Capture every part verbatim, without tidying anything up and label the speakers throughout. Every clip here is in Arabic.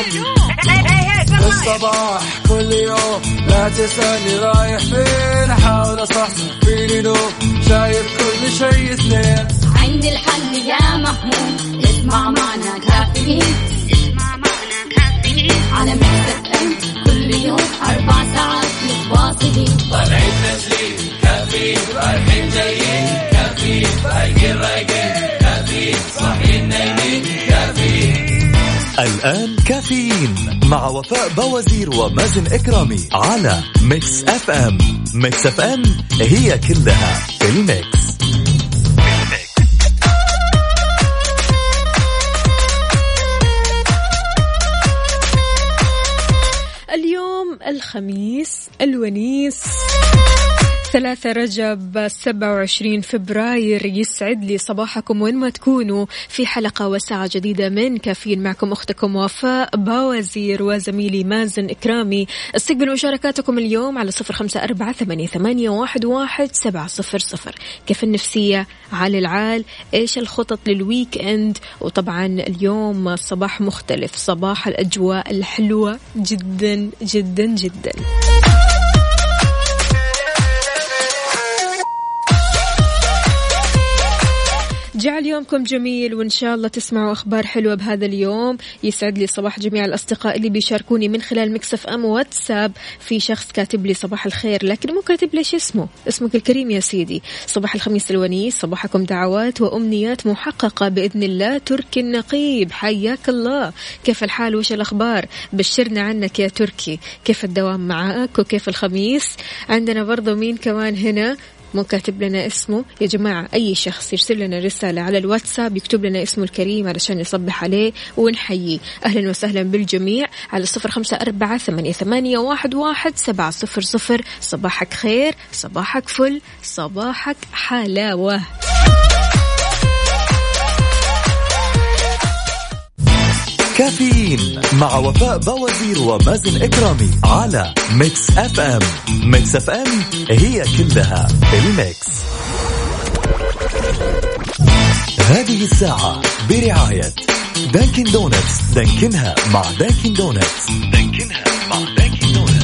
Speaker 1: الصباح كل يوم لا تسألني رايح فين، أحاول أصحصح فيني لو شايف كل شيء سنين.
Speaker 2: عندي الحل يا محمود، اسمع معنا كافيين، اسمع معنا كافيين على مكتب أم كل يوم أربع ساعات متواصلين.
Speaker 3: طالعين نازلين كافيين، رايحين جايين كافيين، رايقين رايقين كافيين، صاحيين نايمين كافيين.
Speaker 4: الآن كافيين مع وفاء بوازير ومازن إكرامي على ميكس اف ام. ميكس اف ام هي كلها في الميكس.
Speaker 5: اليوم الخميس الونيس ثلاثة رجب سبعة وعشرين فبراير. يسعد لي صباحكم وين ما تكونوا في حلقة وساعة جديدة من كافيين. معكم أختكم وفاء باوزير وزميلي مازن إكرامي. استقبل مشاركاتكم اليوم على صفر خمسة أربعة ثمانية ثمانية واحد واحد سبعة صفر صفر. كيف النفسية على العال؟ إيش الخطط للويك إند؟ وطبعا اليوم صباح مختلف، صباح الأجواء الحلوة جدا جدا جدا. جعل يومكم جميل وإن شاء الله تسمعوا أخبار حلوة بهذا اليوم. يسعد لي صباح جميع الأصدقاء اللي بيشاركوني من خلال مكسف أم واتساب. في شخص كاتب لي صباح الخير لكن مو كاتب لي شو اسمه، اسمك الكريم يا سيدي. صباح الخميس الونيس، صباحكم دعوات وأمنيات محققة بإذن الله. تركي النقيب حياك الله، كيف الحال وش الأخبار؟ بشرنا عنك يا تركي، كيف الدوام معاك وكيف الخميس؟ عندنا برضو مين كمان هنا مو كاتب لنا اسمه. يا جماعة أي شخص يرسل لنا رسالة على الواتساب يكتب لنا اسمه الكريم علشان يصبح عليه ونحييه. أهلا وسهلا بالجميع على صفر خمسة أربعة ثمانية ثمانية واحد واحد سبعة صفر صفر. صباحك خير، صباحك فل، صباحك حلاوة.
Speaker 4: كافيين مع وفاء بوازير ومازن إكرامي على ميكس اف ام. ميكس اف ام هي كلها الميكس. هذه الساعة برعاية دانكن دونتس. دانكنها مع دانكن دونتس. دانكنها مع دانكن دونتس.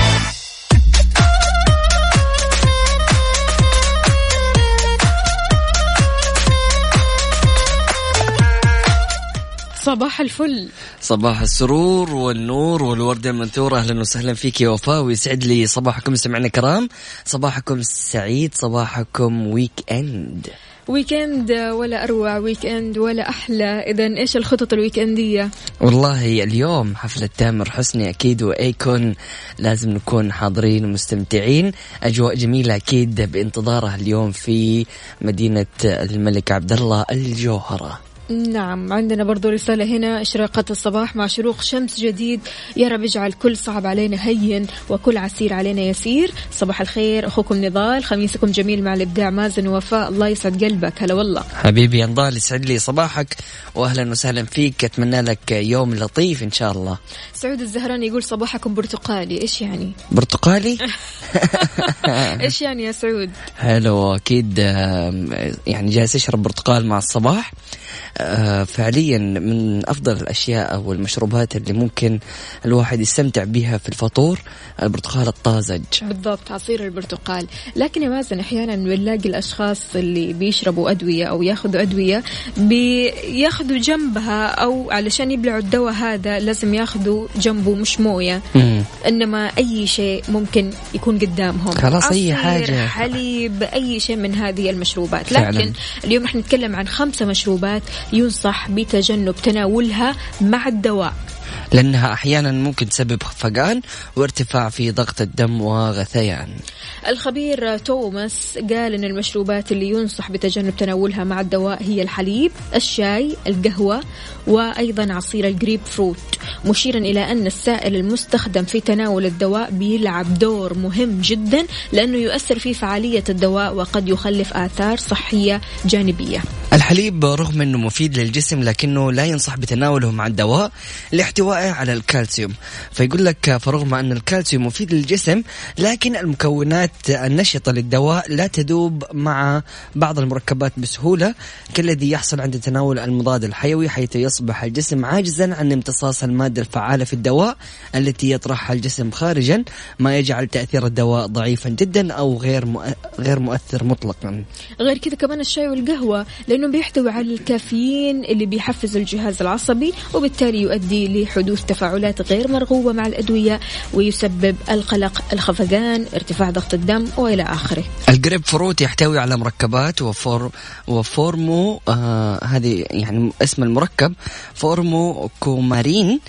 Speaker 5: صباح الفل،
Speaker 6: صباح السرور والنور والوردة المنثورة. أهلا وسهلا فيك يا وفاء، ويسعد لي صباحكم سمعنا كرام. صباحكم سعيد، صباحكم ويك اند.
Speaker 5: ويكند ولا أروع ويكند ولا أحلى. إذن إيش الخطط الويكندية؟
Speaker 6: والله اليوم حفلة تامر حسني أكيد وأيكون، لازم نكون حاضرين ومستمتعين. أجواء جميلة أكيد بانتظارها اليوم في مدينة الملك عبدالله الجوهرة.
Speaker 5: نعم، عندنا برضو رسالة هنا. إشراقة الصباح مع شروق شمس جديد، يا رب اجعل كل صعب علينا هين وكل عسير علينا يسير. صباح الخير أخوكم نضال، خميسكم جميل مع الإبداع مازن ووفاء. الله يسعد قلبك. هلا والله
Speaker 6: حبيبي نضال، يسعد لي صباحك وأهلا وسهلا فيك. أتمنى لك يوم لطيف إن شاء الله.
Speaker 5: سعود الزهراني يقول صباحكم برتقالي. إيش يعني برتقالي؟ إيش يعني يا سعود؟
Speaker 6: هلا، أكيد يعني جالس يشرب برتقال مع الصباح. فعليا من أفضل الأشياء والمشروبات اللي ممكن الواحد يستمتع بها في الفطور البرتقال الطازج.
Speaker 5: بالضبط، عصير البرتقال. لكن يا مازن أحيانا بنلاقي الأشخاص اللي بيشربوا أدوية أو ياخذوا أدوية بياخذوا جنبها، أو علشان يبلعوا الدواء هذا لازم ياخذوا جنبه مش موية، مم. إنما أي شيء ممكن يكون قدامهم،
Speaker 6: خلاص أي حاجة،
Speaker 5: حليب، أي شيء من هذه المشروبات. لكن فعلا اليوم رح نتكلم عن خمسة مشروبات ينصح بتجنب تناولها مع الدواء،
Speaker 6: لأنها أحيانا ممكن تسبب خفقان وارتفاع في ضغط الدم وغثيان.
Speaker 5: الخبير توماس قال إن المشروبات اللي ينصح بتجنب تناولها مع الدواء هي الحليب، الشاي، القهوة، وأيضا عصير الجريب فروت، مشيرا إلى أن السائل المستخدم في تناول الدواء بيلعب دور مهم جدا لأنه يؤثر في فعالية الدواء وقد يخلف آثار صحية جانبية.
Speaker 6: الحليب رغم أنه مفيد للجسم لكنه لا ينصح بتناوله مع الدواء لاحتواء الدوائي على الكالسيوم. فيقول لك فرغم أن الكالسيوم مفيد للجسم، لكن المكونات النشطة للدواء لا تذوب مع بعض المركبات بسهولة كالذي يحصل عند تناول المضاد الحيوي، حيث يصبح الجسم عاجزا عن امتصاص المادة الفعالة في الدواء التي يطرحها الجسم خارجا، ما يجعل تأثير الدواء ضعيفا جدا أو غير غير مؤثر مطلقا.
Speaker 5: غير كذا كمان الشاي والقهوة لأنه بيحتوي على الكافيين اللي بيحفز الجهاز العصبي، وبالتالي يؤدي لحدوث تفاعلات غير مرغوبة مع الأدوية ويسبب القلق، الخفقان، ارتفاع ضغط الدم وإلى آخره.
Speaker 6: الجريب فروت يحتوي على مركبات وفور وفورمو آه هذه يعني اسم المركب فورمو كومارين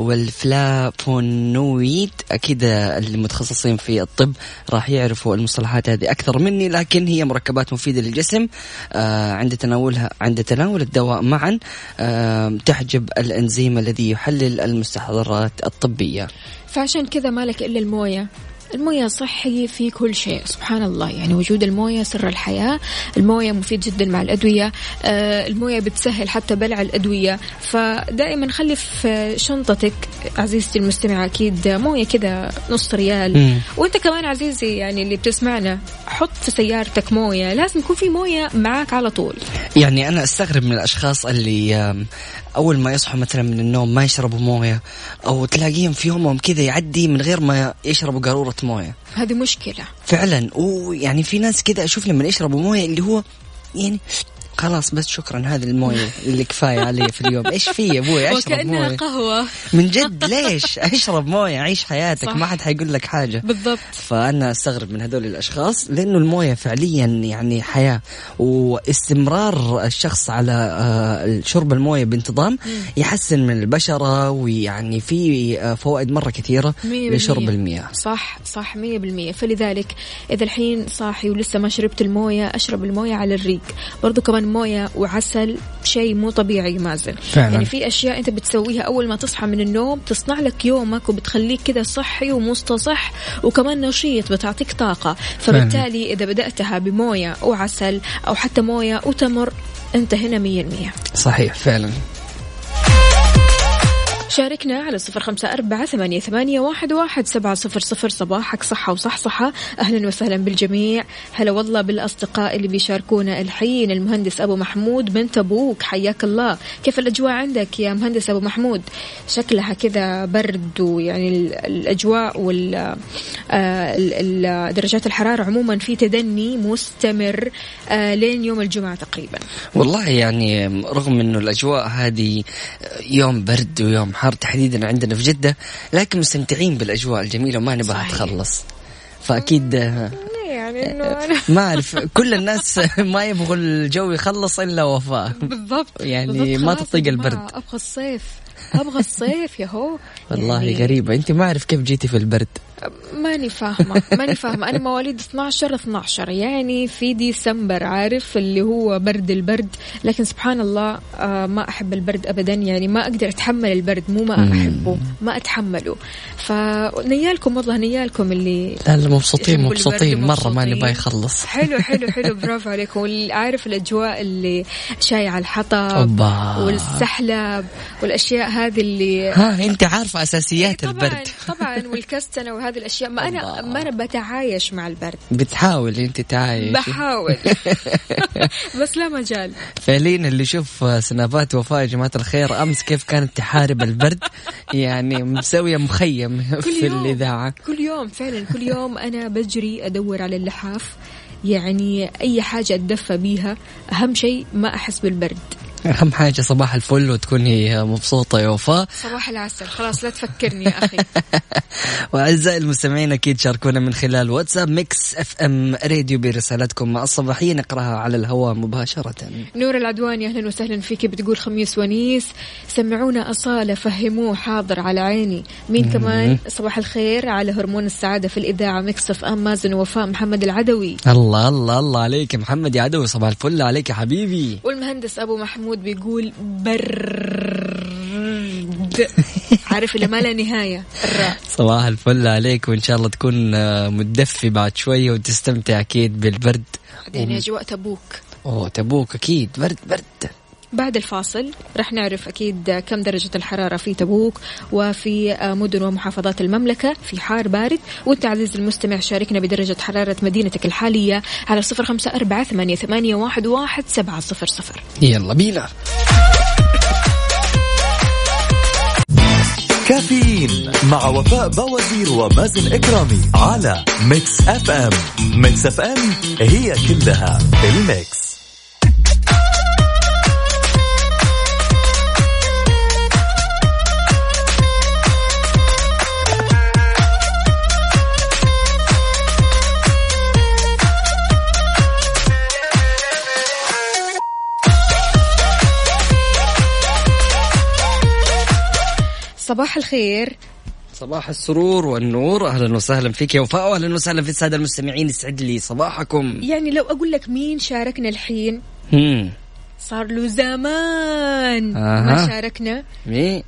Speaker 6: والفلافونويد. أكيد المتخصصين في الطب راح يعرفوا المصطلحات هذه أكثر مني، لكن هي مركبات مفيدة للجسم آه عند تناولها عند تناول الدواء معا آه تحجب الأنزيم الذي يحلل المستحضرات الطبية.
Speaker 5: فعشان كذا مالك إلا الموية. الموية صحي في كل شيء سبحان الله، يعني وجود الموية سر الحياة. الموية مفيد جدا مع الأدوية، آه الموية بتسهل حتى بلع الأدوية، فدائما خلي في شنطتك عزيزتي المستمعة أكيد موية كذا نص ريال. مم. وانت كمان عزيزي يعني اللي بتسمعنا حط في سيارتك موية، لازم يكون في موية معاك على طول.
Speaker 6: يعني أنا أستغرب من الأشخاص اللي أول ما يصحوا مثلا من النوم ما يشربوا موية، أو تلاقيهم في يومهم كذا يعدي من غير ما يشربوا قارورة موية.
Speaker 5: هذه مشكلة
Speaker 6: فعلا. ويعني في ناس كذا أشوف لما يشربوا موية اللي هو يعني خلاص بس شكرا هذه المويه اللي كفايه علي في اليوم. ايش في يا ابوي اشرب مويه
Speaker 5: قهوه
Speaker 6: من جد ليش اشرب مويه؟ عيش حياتك صح. ما حد حيقول لك حاجه
Speaker 5: بالضبط.
Speaker 6: فانا استغرب من هذول الاشخاص لانه المويه فعليا يعني حياه، واستمرار الشخص على شرب المويه بانتظام يحسن من البشره، ويعني في فوائد مره كثيره لشرب المياه.
Speaker 5: صح صح مية بالمية. فلذلك اذا الحين صاحي ولسه ما شربت المويه اشرب المويه على الريق. برضو كمان موية وعسل شيء مو طبيعي مازن فعلا. يعني في أشياء أنت بتسويها أول ما تصحى من النوم تصنع لك يومك وبتخليك كده صحي ومستصح وكمان نشيط، بتعطيك طاقة. فبالتالي فعلا. إذا بدأتها بموية وعسل أو حتى موية وتمر أنت هنا مية المية.
Speaker 6: صحيح فعلا.
Speaker 5: شاركنا على صفر خمسة أربعة ثمانية ثمانية واحد واحد سبعة صفر صفر. صباحك صحة وصحصحة. أهلا وسهلا بالجميع. هلا والله بالأصدقاء اللي بيشاركونا الحين. المهندس أبو محمود بنت أبوك حياك الله. كيف الأجواء عندك يا مهندس أبو محمود؟ شكلها كذا برد، ويعني الأجواء والدرجات الحرارة عموما في تدني مستمر لين يوم الجمعة تقريبا.
Speaker 6: والله يعني رغم أنه الأجواء هذه يوم برد ويوم حار تحديدا عندنا في جدة، لكن مستمتعين بالأجواء الجميلة وما نبغى تخلص. فأكيد
Speaker 5: يعني إنه أنا
Speaker 6: ما أعرف كل الناس ما يبغوا الجو يخلص إلا وفاء.
Speaker 5: بالضبط
Speaker 6: يعني
Speaker 5: بالضبط.
Speaker 6: ما تطيق البرد.
Speaker 5: أبغى الصيف أبغى الصيف يا هو.
Speaker 6: والله
Speaker 5: يعني
Speaker 6: غريبة أنت ما أعرف كيف جيتي في البرد.
Speaker 5: ماني فاهمة ماني فاهمة. أنا مواليد اثنا عشر اثنا عشر يعني في ديسمبر، عارف اللي هو برد البرد، لكن سبحان الله آه ما أحب البرد أبدا. يعني ما أقدر أتحمل البرد، مو ما أحبه ما أتحمله. فنيالكم والله نيالكم اللي
Speaker 6: مبسوطين مبسوطين مرة ما نبغى يخلص.
Speaker 5: حلو حلو حلو برافو عليكم. عارف الأجواء اللي شاي على الحطب والسحلب والأشياء هذه اللي
Speaker 6: ها أنت عارفة أساسيات
Speaker 5: طبعاً
Speaker 6: البرد
Speaker 5: طبعا والكستنة وهذه الأشياء. ما أنا ما أنا بتعايش مع البرد.
Speaker 6: بتحاول أنت تعايش.
Speaker 5: بحاول بس لا مجال.
Speaker 6: فعليا اللي يشوف سنابات وفاء يا جماعة الخير أمس كيف كانت تحارب البرد، يعني مسوية مخيم في الإذاعة
Speaker 5: كل يوم. فعلا كل يوم أنا بجري أدور على اللحاف، يعني أي حاجة أتدفى بيها. أهم شيء ما أحس بالبرد.
Speaker 6: أهم حاجة صباح الفل وتكوني مبسوطة يا وفاء.
Speaker 5: صباح العسل خلاص لا تفكرني يا أخي.
Speaker 6: وأعزائي المستمعين أكيد شاركونا من خلال واتساب ميكس اف ام راديو برسالتكم الصباحية نقرأها على الهواء مباشرة.
Speaker 5: نور العدواني أهلا وسهلا فيك، بتقول خميس ونيس سمعونا أصالة فهموه حاضر على عيني. مين م- كمان صباح الخير على هرمون السعادة في الإذاعة ميكس اف ام مازن وفاء محمد العدوي.
Speaker 6: الله الله الله عليك محمد يا عدوي، صباح الفل عليك يا حبيبي.
Speaker 5: والمهندس أبو محمود بيقول برد. عارف اللي ما له نهاية.
Speaker 6: صباح الفل عليك، وإن شاء الله تكون متدفي بعد شوية وتستمتع أكيد بالبرد.
Speaker 5: بعدين أجواء تبوك.
Speaker 6: أوه تبوك أكيد برد برد.
Speaker 5: بعد الفاصل رح نعرف أكيد كم درجة الحرارة في تبوك وفي مدن ومحافظات المملكة في حار بارد. وانت عزيز المستمع شاركنا بدرجة حرارة مدينتك الحالية على صفر خمسة أربعة ثمانية ثمانية واحد واحد سبعة صفر صفر.
Speaker 6: يلا بينا.
Speaker 4: كافيين مع وفاء بوازير ومازن إكرامي على ميكس اف ام. ميكس اف ام هي كلها الميكس.
Speaker 5: صباح الخير.
Speaker 6: صباح السرور والنور. أهلا وسهلا فيك يا وفاء، أهلا وسهلا في السادة المستمعين. يسعد لي صباحكم.
Speaker 5: يعني لو أقول لك مين شاركنا الحين
Speaker 6: هم.
Speaker 5: صار له زمان
Speaker 6: آه.
Speaker 5: ما شاركنا.
Speaker 6: مين؟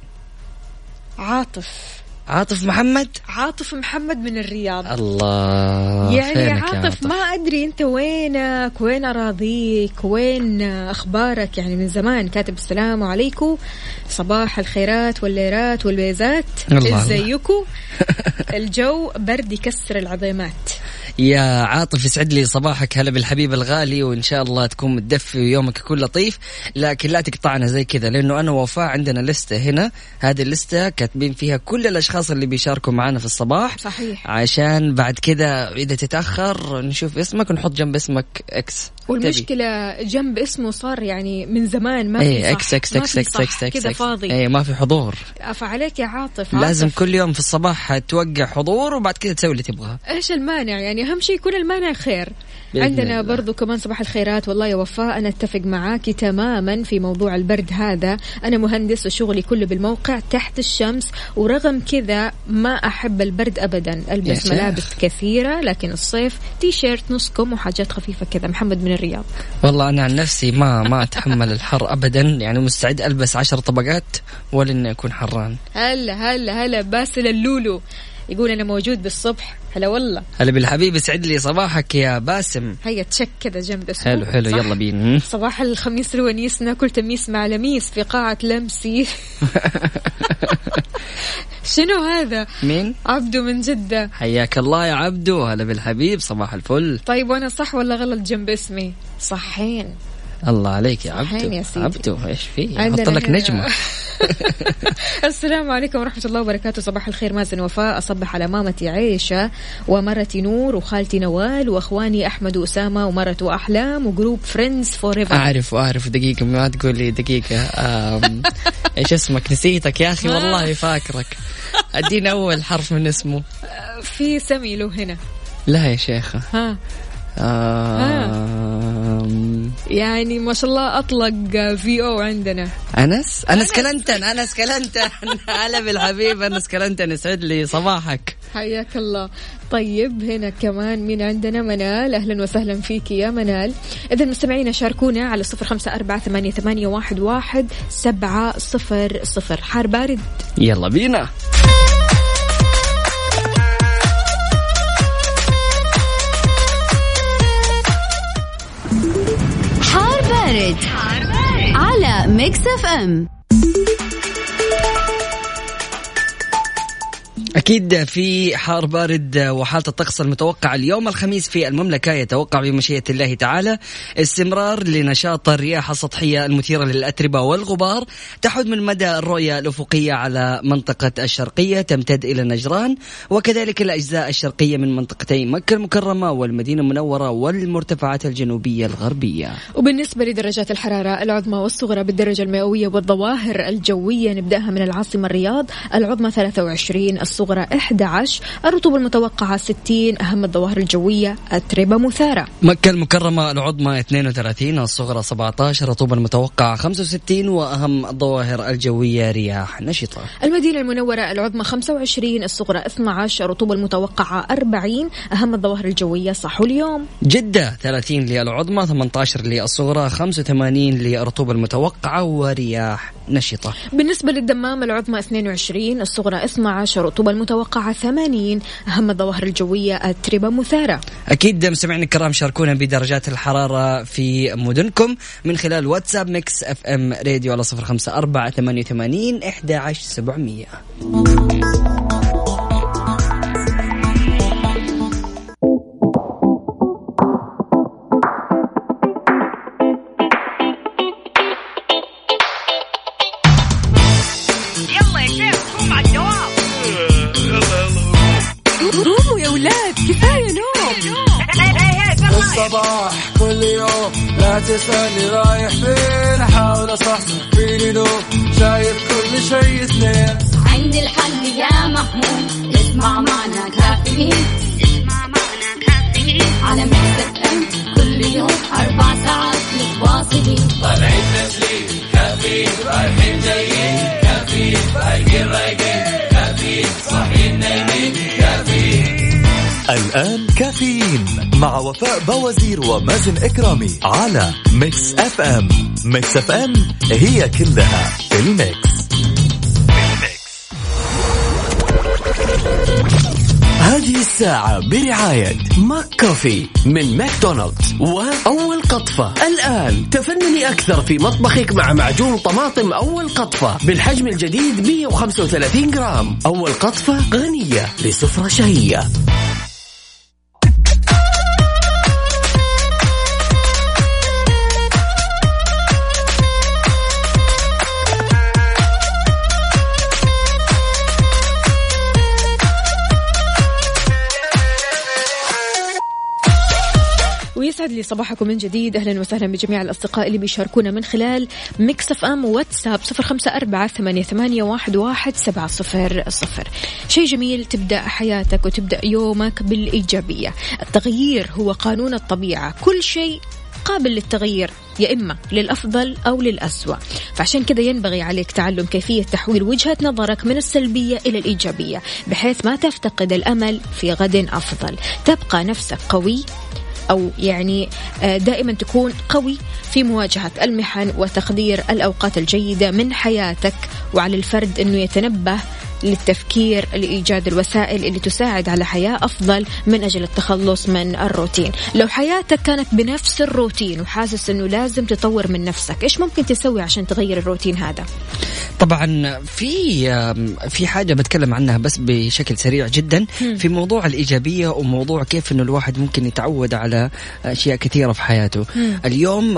Speaker 5: عاطف
Speaker 6: عاطف محمد.
Speaker 5: عاطف محمد من الرياض.
Speaker 6: الله
Speaker 5: يعني عاطف,
Speaker 6: عاطف
Speaker 5: ما أدري أنت وينك، وين أراضيك، وين أخبارك. يعني من زمان كاتب السلام عليكم، صباح الخيرات والليرات والبيزات، ازيكم؟ الجو برد يكسر العظيمات.
Speaker 6: يا عاطف يسعد لي صباحك، هلا بالحبيب الغالي، وإن شاء الله تكون متدفي ويومك يكون لطيف. لكن لا تقطعنا زي كذا، لأنه أنا وفاء عندنا لستة هنا، هذه اللستة كاتبين فيها كل الأشخاص اللي بيشاركوا معنا في الصباح.
Speaker 5: صحيح.
Speaker 6: عشان بعد كذا إذا تتأخر نشوف اسمك ونحط جنب اسمك إكس.
Speaker 5: والمشكلة جنب اسمه صار يعني من زمان ما في
Speaker 6: ايه
Speaker 5: صح.
Speaker 6: اكس اكس اكس اكس اكس اكس
Speaker 5: كذا فاضي.
Speaker 6: ايه ما في حضور.
Speaker 5: فعليك يا عاطف،
Speaker 6: لازم
Speaker 5: عاطف.
Speaker 6: كل يوم في الصباح توقع حضور وبعد كذا تسوي اللي تبغاه.
Speaker 5: ايش المانع؟ يعني اهم شيء يكون المانع خير. عندنا الله. برضو كمان صباح الخيرات. والله يا وفاء أنا أتفق معاكي تماما في موضوع البرد هذا. أنا مهندس وشغلي كله بالموقع تحت الشمس، ورغم كذا ما أحب البرد أبدا. ألبس ملابس كثيرة، لكن الصيف تي شيرت نص كم وحاجات خفيفة كذا. محمد من الرياض.
Speaker 6: والله أنا عن نفسي ما ما أتحمل الحر أبدا، يعني مستعد ألبس عشر طبقات ولا إني أكون حران.
Speaker 5: هلا هلا هلا باسل اللولو يقول أنا موجود بالصبح. هلا والله.
Speaker 6: هلا بالحبيب، يسعد لي صباحك يا باسم.
Speaker 5: هيا تشك كذا جنب اسمه.
Speaker 6: حلو حلو صح؟ يلا بينا.
Speaker 5: صباح الخميس الونيس، ناكل تميس مع لميس في قاعة لمسي. شنو هذا؟
Speaker 6: مين؟
Speaker 5: عبدو من جدة.
Speaker 6: حياك الله يا عبدو، هلا بالحبيب، صباح الفل.
Speaker 5: طيب وانا صح ولا غلط جنب اسمي؟ صحين.
Speaker 6: الله عليك يا عبدو.
Speaker 5: يا
Speaker 6: عبدو ايش فيه؟ احط لك نجمة.
Speaker 5: السلام عليكم ورحمة الله وبركاته. صباح الخير مازن وفاء. أصبح على مامتي عيشة ومرتي نور وخالتي نوال وأخواني أحمد وأسامة ومرته أحلام وجروب فريندز فور ايفر.
Speaker 6: أعرف أعرف دقيقة، ما تقول لي دقيقة. إيش اسمك؟ نسيتك يا أخي والله فاكرك. أدينا أول حرف من اسمه.
Speaker 5: في سمي له هنا.
Speaker 6: لا يا شيخة.
Speaker 5: ها.
Speaker 6: آه
Speaker 5: يعني ما شاء الله أطلق في أو عندنا.
Speaker 6: أنس أنس كلنتن أنس كلنتن. هلا بالحبيب أنس كلنتن، يسعد لي صباحك.
Speaker 5: حياك الله. طيب هنا كمان مين عندنا؟ منال. أهلا وسهلا فيك يا منال. إذا مستمعينا شاركونا على صفر خمسة أربعة ثمانية ثمانية واحد واحد سبعة صفر صفر. حار بارد.
Speaker 6: يلا بينا.
Speaker 2: حار بارد على ميكس اف ام.
Speaker 6: أكيد في حار بارد، وحالة الطقس المتوقع اليوم الخميس في المملكة يتوقع بمشيئة الله تعالى استمرار لنشاط الرياح السطحية المثيرة للأتربة والغبار، تحد من مدى الرؤية الأفقية على منطقة الشرقية، تمتد إلى نجران وكذلك الأجزاء الشرقية من منطقتي مكة المكرمة والمدينة المنورة والمرتفعات الجنوبية الغربية.
Speaker 5: وبالنسبة لدرجات الحرارة العظمى والصغرى بالدرجة المئوية والظواهر الجوية نبدأها من العاصمة الرياض. العظمى ثلاثة وعشرين، الصغرى أحد عشر، الرطوبة المتوقعة ستين، أهم الظواهر الجوية أتربة مثارة.
Speaker 6: مكة المكرمة العظمى اثنين وثلاثين، الصغرى سبعة عشر، الرطوبة المتوقعة خمسة وستين، وأهم الظواهر الجوية رياح نشطة.
Speaker 5: المدينة المنورة العظمى خمسة وعشرين، الصغرى اثني عشر، الرطوبة المتوقعة أربعين، أهم الظواهر الجوية صحو اليوم.
Speaker 6: جدة ثلاثين للعظمى، ثمانية عشر للصغرى، خمسة وثمانين للرطوبة المتوقعة ورياح نشطة.
Speaker 5: بالنسبة للدمام العظمى اثنين وعشرين، الصغرى اثني عشر، الرطوبة الرطوبة المتوقعة ثمانين. أهم الظواهر الجوية التربة مثارة.
Speaker 6: أكيد مستمعين الكرام شاركونا بدرجات الحرارة في مدنكم من خلال واتساب ميكس اف ام راديو على صفر خمسة أربعة ثمانية وثمانين أحد عشر سبعمية.
Speaker 1: الصباح كل يوم لا تسألني رايح فين، أحاول أصحصح فيني لو شايف كل شيء اثنين.
Speaker 2: عندي الحل يا محمود، اسمع معنا كافيين، اسمع معنا كافيين على ميكس اف ام كل يوم أربع ساعات متواصلين.
Speaker 3: طالعين تسليم كافيين، رايحين جايين كافيين، رايقين رايقين كافيين، صاحيين نايمين كافيين.
Speaker 4: الآن كافيين مع وفاء بوازير ومازن إكرامي على ميكس اف ام. ميكس اف ام هي كلها في الميكس. هذه الساعة برعاية ماك كوفي من ماكدونالدز وأول قطفة. الآن تفنني أكثر في مطبخك مع معجون طماطم أول قطفة بالحجم الجديد مئة وخمسة وثلاثين جرام. أول قطفة غنية لسفرة شهية.
Speaker 5: ويسعد لي صباحكم من جديد. أهلا وسهلا بجميع الأصدقاء اللي بيشاركونا من خلال ميكس اف ام واتساب صفر خمسة أربعة ثمانية ثمانية واحد واحد سبعة صفر صفر. شيء جميل تبدأ حياتك وتبدأ يومك بالإيجابية. التغيير هو قانون الطبيعة، كل شيء قابل للتغيير يا إما للأفضل أو للأسوأ. فعشان كذا ينبغي عليك تعلم كيفية تحويل وجهة نظرك من السلبية إلى الإيجابية بحيث ما تفقد الأمل في غد أفضل. تبقى نفسك قوي أو يعني دائما تكون قوي في مواجهة المحن وتقدير الأوقات الجيدة من حياتك. وعلى الفرد أنه يتنبه للتفكير لإيجاد الوسائل اللي تساعد على حياة أفضل من أجل التخلص من الروتين. لو حياتك كانت بنفس الروتين وحاسس أنه لازم تطور من نفسك، إيش ممكن تسوي عشان تغير الروتين هذا؟
Speaker 6: طبعا في في حاجة بتكلم عنها بس بشكل سريع جدا في موضوع الإيجابية وموضوع كيف إنه الواحد ممكن يتعود على أشياء كثيرة في حياته. اليوم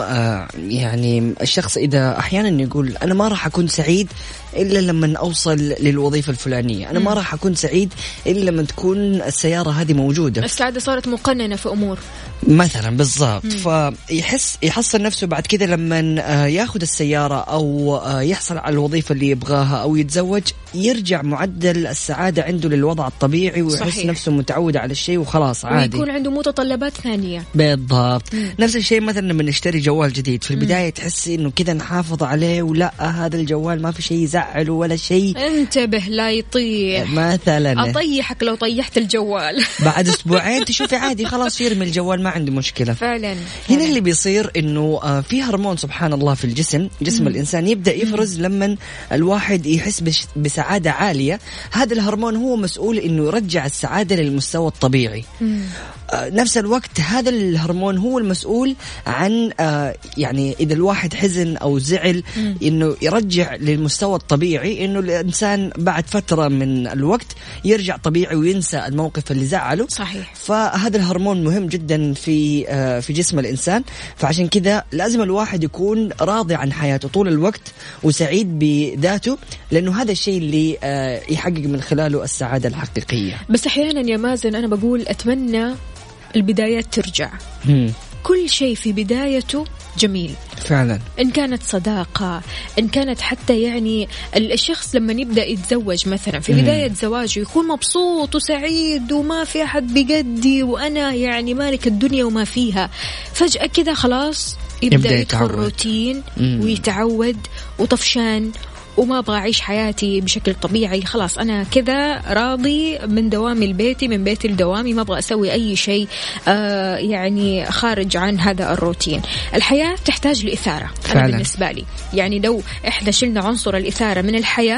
Speaker 6: يعني الشخص إذا أحيانا يقول أنا ما راح أكون سعيد إلا لما أوصل للوظيفة الفلانية، أنا ما راح أكون سعيد إلا لما تكون السيارة هذه موجودة.
Speaker 5: السعادة صارت مقننة في أمور
Speaker 6: مثلا بالضبط. فيحس يحصل نفسه بعد كده لما ياخذ السيارة أو يحصل على الوظيفة اللي يبغاها أو يتزوج، يرجع معدل السعادة عنده للوضع الطبيعي ويحس صحيح. نفسه متعود على الشيء وخلاص عادي،
Speaker 5: ويكون عنده متطلبات ثانية.
Speaker 6: بالضبط. مم. نفس الشيء مثلا لما نشتري جوال جديد في البداية تحسي إنه كده نحافظ عليه ولا هذا الجوال ما في شيء يزعله ولا شيء،
Speaker 5: انتبه لا يطيح
Speaker 6: مثلا،
Speaker 5: أطيحك لو طيحت الجوال.
Speaker 6: بعد أسبوعين تشوفي عادي خلاص يرمي الجوال ما عنده مشكلة.
Speaker 5: فعلا.
Speaker 6: هنا اللي بيصير إنه في هرمون سبحان الله في الجسم، جسم مم. الإنسان يبدأ يفرز مم. لما الواحد يحس بسعادة عالية. هذا الهرمون هو مسؤول إنه يرجع السعادة للمستوى الطبيعي. مم. نفس الوقت هذا الهرمون هو المسؤول عن يعني إذا الواحد حزن أو زعل مم. إنه يرجع للمستوى الطبيعي، إنه الإنسان بعد فترة من الوقت يرجع طبيعي وينسى الموقف اللي زعله.
Speaker 5: صحيح.
Speaker 6: فهذا الهرمون مهم جدا في في جسم الإنسان. فعشان كذا لازم الواحد يكون راضي عن حياته طول الوقت وسعيد بذاته، لأنه هذا الشيء اللي يحقق من خلاله السعادة الحقيقية.
Speaker 5: بس أحيانا يا مازن أنا بقول أتمنى البدايات ترجع. مم. كل شيء في بدايته جميل
Speaker 6: فعلا،
Speaker 5: إن كانت صداقة، إن كانت حتى يعني الشخص لما يبدأ يتزوج مثلا في بداية مم. زواجه يكون مبسوط وسعيد وما في أحد بيقدي وأنا يعني مالك الدنيا وما فيها، فجأة كذا خلاص يبدأ, يبدأ يدخل روتين مم. ويتعود وطفشان وما أبغى أعيش حياتي بشكل طبيعي. خلاص أنا كذا راضي من دوامي لبيتي، من بيتي لدوامي، ما أبغى أسوي أي شيء آه يعني خارج عن هذا الروتين. الحياة تحتاج لإثارة. أنا بالنسبة لي يعني لو إحنا شلنا عنصر الإثارة من الحياة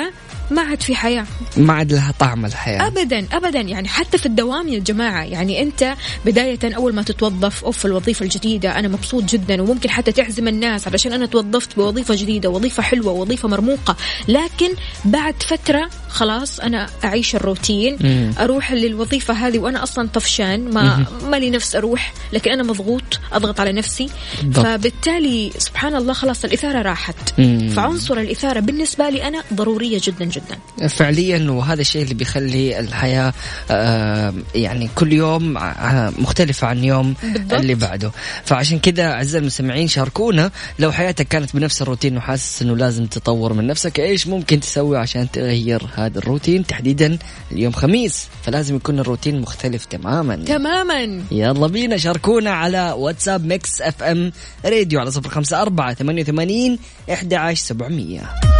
Speaker 5: ما عاد في حياة،
Speaker 6: ما عاد لها طعم الحياة
Speaker 5: أبدا أبدا. يعني حتى في الدوام يا جماعة، يعني أنت بداية أول ما تتوظف أوف الوظيفة الجديدة أنا مبسوط جدا، وممكن حتى تعزم الناس علشان أنا توظفت بوظيفة جديدة، وظيفة حلوة وظيفة مرموقة. لكن بعد فترة خلاص أنا أعيش الروتين، مم. أروح للوظيفة هذه وأنا أصلا طفشان، ما ما لي نفس أروح، لكن أنا مضغوط، أضغط على نفسي. بالضبط. فبالتالي سبحان الله خلاص الإثارة راحت. مم. فعنصر الإثارة بالنسبة لي أنا ضرورية جدا جدا
Speaker 6: فعليا، وهذا الشيء اللي بيخلي الحياة آه يعني كل يوم مختلفة عن يوم بالضبط. اللي بعده. فعشان كذا أعزائي المستمعين شاركونا لو حياتك كانت بنفس الروتين وحاسس إنه لازم تطور من نفسك، إيش ممكن تسوي عشان تغير هذا الروتين؟ تحديدا اليوم خميس فلازم يكون الروتين مختلف تماما
Speaker 5: تماما.
Speaker 6: يلا بينا شاركونا على واتساب ميكس اف ام راديو على صفر خمسة أربعة ثمانية وثمانين أحد عشر سبعمية.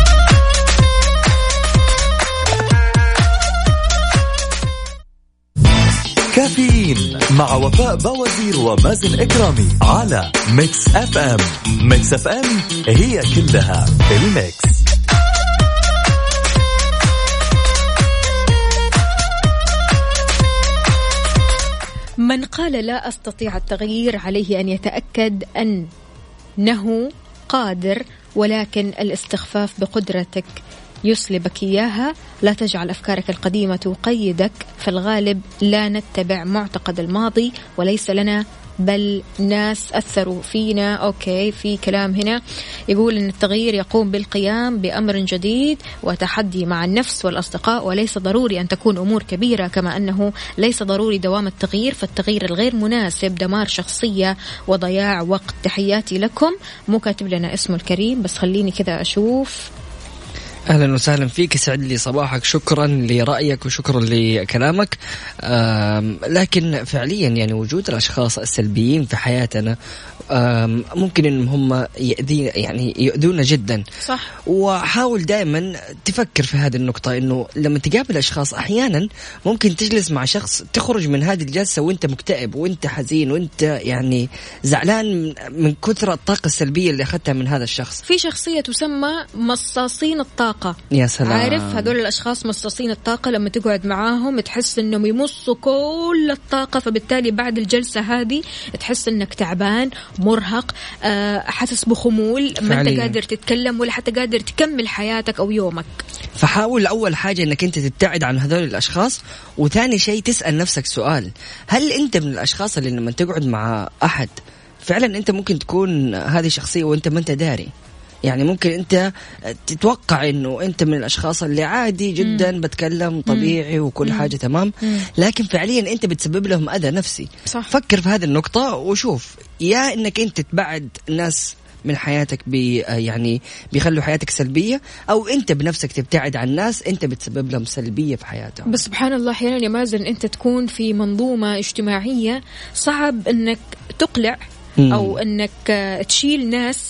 Speaker 7: كافيين مع وفاء بوازير ومازن إكرامي على ميكس اف ام. ميكس اف ام هي كلها في الميكس.
Speaker 5: من قال لا أستطيع التغيير عليه أن يتأكد أنه قادر، ولكن الاستخفاف بقدرتك يسلبك إياها. لا تجعل أفكارك القديمة تقيدك، في الغالب لا نتبع معتقد الماضي وليس لنا بل ناس أثروا فينا. أوكي، في كلام هنا يقول أن التغيير يقوم بالقيام بأمر جديد وتحدي مع النفس والأصدقاء، وليس ضروري أن تكون أمور كبيرة، كما أنه ليس ضروري دوام التغيير، فالتغيير الغير مناسب دمار شخصية وضياع وقت. تحياتي لكم. مو كاتب لنا اسمه الكريم، بس خليني كذا أشوف.
Speaker 6: أهلا وسهلا فيك، يسعد لي صباحك، شكرا لرأيك وشكرا لكلامك. لكن فعليا يعني وجود الأشخاص السلبيين في حياتنا ممكن إن هم يأذي يعني يؤذونا جدا.
Speaker 5: صح.
Speaker 6: وحاول دائما تفكر في هذه النقطة، إنه لما تقابل أشخاص أحيانا ممكن تجلس مع شخص تخرج من هذه الجلسة وأنت مكتئب وأنت حزين وأنت يعني زعلان من كثرة الطاقة السلبية اللي أخذتها من هذا الشخص.
Speaker 5: في شخصية تسمى مصاصين الطاقة.
Speaker 6: يا سلام.
Speaker 5: عارف هذول الأشخاص مصاصين الطاقة، لما تقعد معاهم تحس إنهم يمصوا كل الطاقة، فبالتالي بعد الجلسة هذه تحس إنك تعبان مرهق، حاسس بخمول، ما أنت قادر تتكلم ولا حتى قادر تكمل حياتك أو يومك.
Speaker 6: فحاول أول حاجة إنك أنت تبتعد عن هذول الأشخاص، وثاني شيء تسأل نفسك سؤال: هل أنت من الأشخاص اللي لما تقعد مع أحد فعلا أنت ممكن تكون هذه شخصية وأنت ما أنت داري؟ يعني ممكن أنت تتوقع أنه أنت من الأشخاص اللي عادي جدا مم. بتكلم طبيعي مم. وكل حاجة تمام، مم. لكن فعليا أنت بتسبب لهم أذى نفسي.
Speaker 5: صح.
Speaker 6: فكر في هذه النقطة وشوف، يا أنك أنت تبعد الناس من حياتك بي يعني بيخلوا حياتك سلبية، أو أنت بنفسك تبتعد عن الناس أنت بتسبب لهم سلبية في حياتهم.
Speaker 5: بس سبحان الله أحيانا يا مازن أنت تكون في منظومة اجتماعية صعب أنك تقلع مم. أو أنك تشيل ناس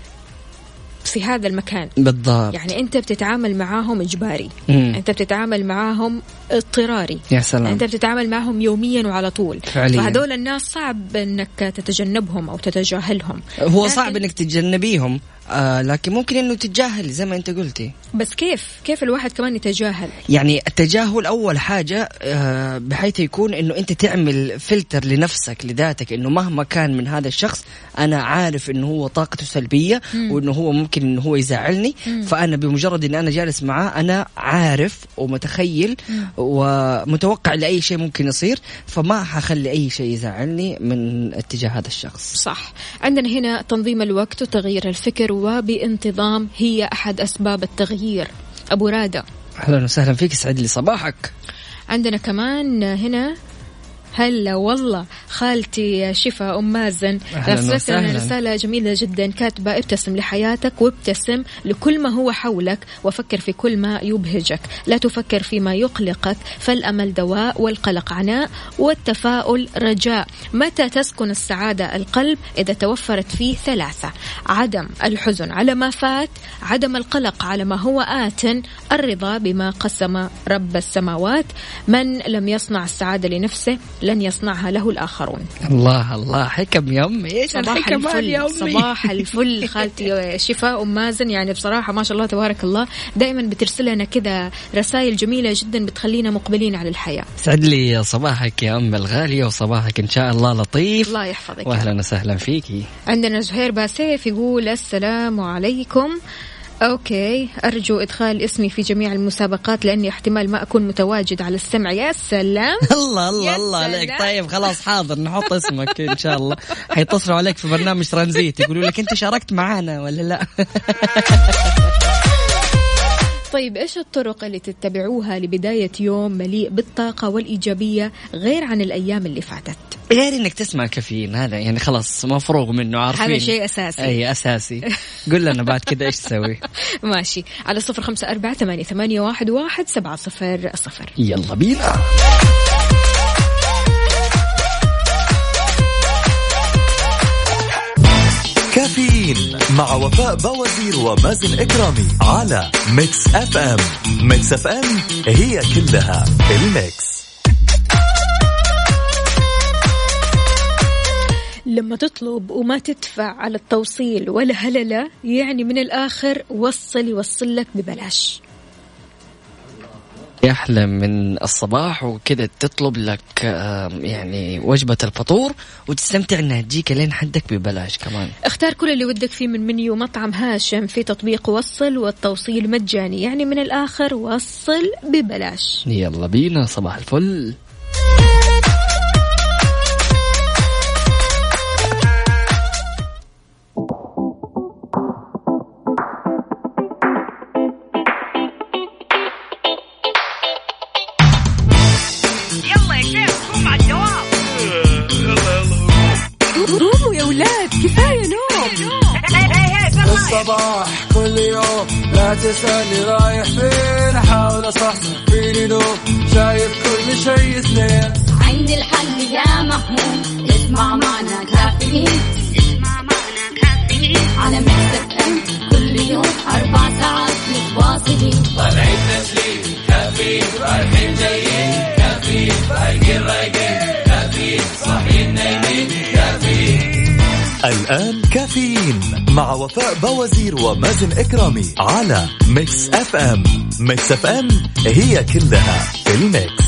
Speaker 5: في هذا المكان
Speaker 6: بالضبط.
Speaker 5: يعني أنت بتتعامل معاهم إجباري، مم. أنت بتتعامل معاهم اضطراري،
Speaker 6: يا سلام.
Speaker 5: أنت بتتعامل معاهم يوميا وعلى طول فعليا. فهذول الناس صعب أنك تتجنبهم أو تتجاهلهم.
Speaker 6: هو لكن... صعب أنك تتجنبيهم، آه لكن ممكن أنه تتجاهل زي ما أنت قلتي.
Speaker 5: بس كيف كيف الواحد كمان يتجاهل؟
Speaker 6: يعني التجاهل أول حاجة آه بحيث يكون أنه أنت تعمل فلتر لنفسك لذاتك، أنه مهما كان من هذا الشخص أنا عارف أنه هو طاقته سلبية مم. وأنه هو ممكن أنه هو يزعلني، مم. فأنا بمجرد أن أنا جالس معاه أنا عارف ومتخيل مم. ومتوقع لأي شيء ممكن يصير، فما حخلي أي شيء يزعلني من اتجاه هذا الشخص.
Speaker 5: صح. عندنا هنا تنظيم الوقت وتغيير الفكر وبانتظام هي أحد أسباب التغيير. أبو رادة
Speaker 6: أهلا وسهلا فيك، سعد لي صباحك.
Speaker 5: عندنا كمان هنا هلا والله خالتي شفا أم مازن رسلت لنا رسالة جميلة جدا، كاتبة: ابتسم لحياتك وابتسم لكل ما هو حولك وفكر في كل ما يبهجك، لا تفكر فيما يقلقك، فالأمل دواء والقلق عناء والتفاؤل رجاء. متى تسكن السعادة القلب؟ إذا توفرت فيه ثلاثة: عدم الحزن على ما فات، عدم القلق على ما هو آت، الرضا بما قسم رب السماوات. من لم يصنع السعادة لنفسه لن يصنعها له الآخرون.
Speaker 6: الله الله حكم يا أمي. إيش الحكم يا أمي؟
Speaker 5: صباح الفل خالتي شفاء أم مازن، يعني بصراحة ما شاء الله تبارك الله دائما بترسل لنا كذا رسائل جميلة جدا بتخلينا مقبلين على الحياة.
Speaker 6: سعد لي صباحك يا أم الغالية، وصباحك إن شاء الله لطيف.
Speaker 5: الله يحفظك.
Speaker 6: وأهلا وسهلا فيكي.
Speaker 5: عندنا زهير باسيف يقول السلام عليكم. أوكي، أرجو إدخال اسمي في جميع المسابقات لأني احتمال ما أكون متواجد على السمع. يا سلام.
Speaker 6: الله الله الله عليك. طيب خلاص حاضر نحط اسمك إن شاء الله. حيتصلوا عليك في برنامج ترانزيت يقولوا لك أنت شاركت معانا ولا لا.
Speaker 5: طيب إيش الطرق اللي تتبعوها لبداية يوم مليء بالطاقة والإيجابية غير عن الأيام اللي فاتت؟
Speaker 6: غير إنك تسمع كافيين، هذا يعني خلاص مفروغ منه، عارفين
Speaker 5: هذا شيء أساسي.
Speaker 6: أي أساسي. قل لنا بعد كده إيش تسوي.
Speaker 5: ماشي، على صفر خمسة أربعة ثمانية ثمانية واحد واحد سبعة صفر صفر.
Speaker 6: يلا بينا.
Speaker 7: كافيين مع وفاء بوازير ومازن إكرامي على ميكس اف ام. ميكس اف ام هي كلها الميكس.
Speaker 5: لما تطلب وما تدفع على التوصيل ولا هللة، يعني من الآخر وصل يوصل لك ببلاش.
Speaker 6: يحلم من الصباح وكده تطلب لك يعني وجبة الفطور وتستمتع انها تجيك لين حدك ببلاش كمان.
Speaker 5: اختار كل اللي ودك فيه من منيو مطعم هاشم في تطبيق وصل، والتوصيل مجاني، يعني من الآخر وصل ببلاش.
Speaker 6: يلا بينا. صباح الفل.
Speaker 1: الصباح كل يوم لا تسألني رايح فين، أحاول أصحصح فيني نوم، شايف كل شيء سنين.
Speaker 2: عندي الحل يا محمود، اسمع معنا كافيين، اسمع معنا كافيين على ميكس اف ام. كل يوم أربع ساعات متواصلين،
Speaker 3: طالعين تسليم كافيين، رايحين جايين كافيين، فايقين رايقين كافيين، صاحيين نايمين كافيين.
Speaker 7: الآن كافيين مع وفاء بوازير ومازن إكرامي على ميكس اف ام. ميكس اف ام هي كلها في الميكس.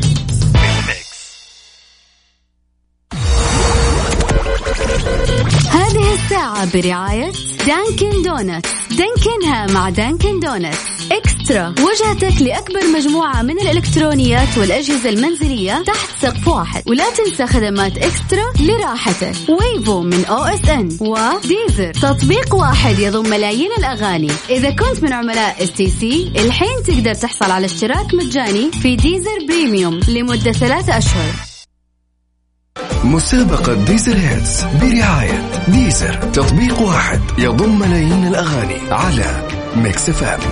Speaker 8: هذه الساعة برعاية دانكن دونتس. دانكنها مع دانكن دونتس. إكسترا، وجهتك لأكبر مجموعة من الإلكترونيات والأجهزة المنزلية تحت سقف واحد. ولا تنسى خدمات إكسترا لراحتك. ويفو من أو إس إن وديزر، تطبيق واحد يضم ملايين الأغاني. إذا كنت من عملاء إس تي سي الحين تقدر تحصل على اشتراك مجاني في ديزر بريميوم لمدة ثلاثة أشهر.
Speaker 4: مسابقة ديزر هيتس برعاية ديزر، تطبيق واحد يضم ملايين الأغاني على ميكس اف ام.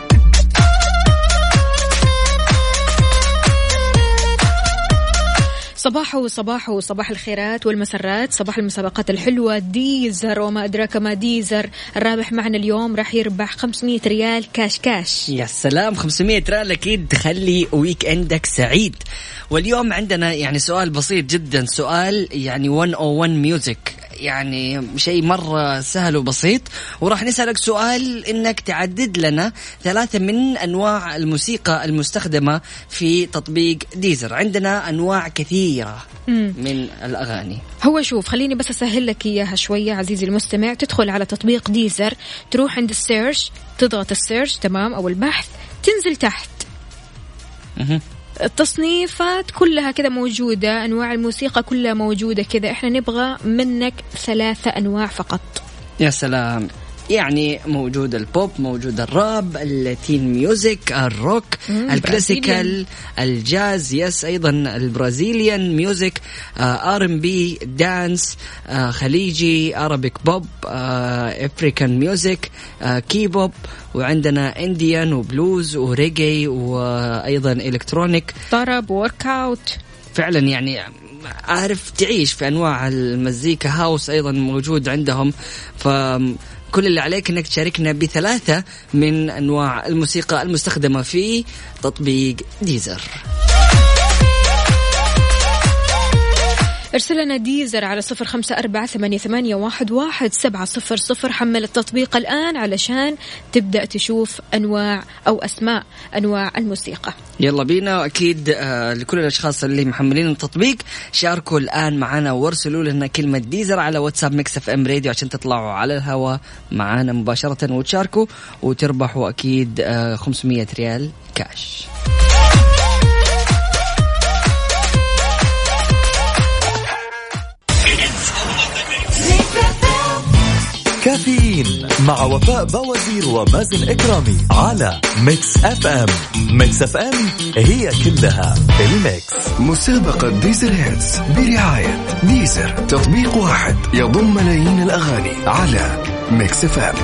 Speaker 5: صباحو صباحو صباح الخيرات والمسرات، صباح المسابقات الحلوة. ديزر وما أدراك ما ديزر، الرابح معنا اليوم راح يربح خمسمية ريال كاش كاش.
Speaker 6: يا سلام، خمسمية ريال أكيد تخلي ويك أندك سعيد. واليوم عندنا يعني سؤال بسيط جدا، سؤال يعني مية وواحد ميوزك، يعني شيء مرة سهل وبسيط. وراح نسألك سؤال إنك تعدد لنا ثلاثة من أنواع الموسيقى المستخدمة في تطبيق ديزر. عندنا أنواع كثيرة مم. من الأغاني.
Speaker 5: هو شوف، خليني بس أسهل لك إياها شوية عزيزي المستمع. تدخل على تطبيق ديزر، تروح عند السيرش، تضغط السيرش تمام أو البحث، تنزل تحت مم. التصنيفات كلها كذا موجودة، أنواع الموسيقى كلها موجودة كذا. إحنا نبغى منك ثلاثة أنواع فقط.
Speaker 6: يا سلام، يعني موجود البوب، موجود الراب، اللاتين ميوزك، الروك، الكلاسيكال، الجاز، يس أيضا البرازيليان ميوزك، ار ام بي، دانس، آه خليجي، ارابيك بوب، آه افريكان ميوزك، آه كيبوب، وعندنا انديان وبلوز وريجي، وأيضا إلكترونيك،
Speaker 5: طرب، وورك اوت.
Speaker 6: فعلا يعني عارف تعيش في أنواع المزيكا. هاوس أيضا موجود عندهم. فكل اللي عليك أنك تشاركنا بثلاثة من أنواع الموسيقى المستخدمة في تطبيق ديزر.
Speaker 5: ارسل لنا ديزر على صفر خمسة أربعة ثمانية ثمانية واحد واحد سبعة صفر صفر. حمل التطبيق الآن علشان تبدأ تشوف أنواع أو أسماء أنواع الموسيقى.
Speaker 6: يلا بينا. أكيد آه لكل الأشخاص اللي محملين التطبيق شاركوا الآن معنا وارسلوا لنا كلمة ديزر على واتساب ميكس اف ام راديو عشان تطلعوا على الهواء معنا مباشرة وتشاركوا وتربحوا أكيد آه خمسمية ريال كاش.
Speaker 7: كافيين مع وفاء بوازير ومازن إكرامي على ميكس اف ام. ميكس اف ام هي كلها الميكس.
Speaker 9: مسابقة ديزر هيتس برعاية ديزر، تطبيق واحد يضم ملايين الأغاني على ميكس اف ام.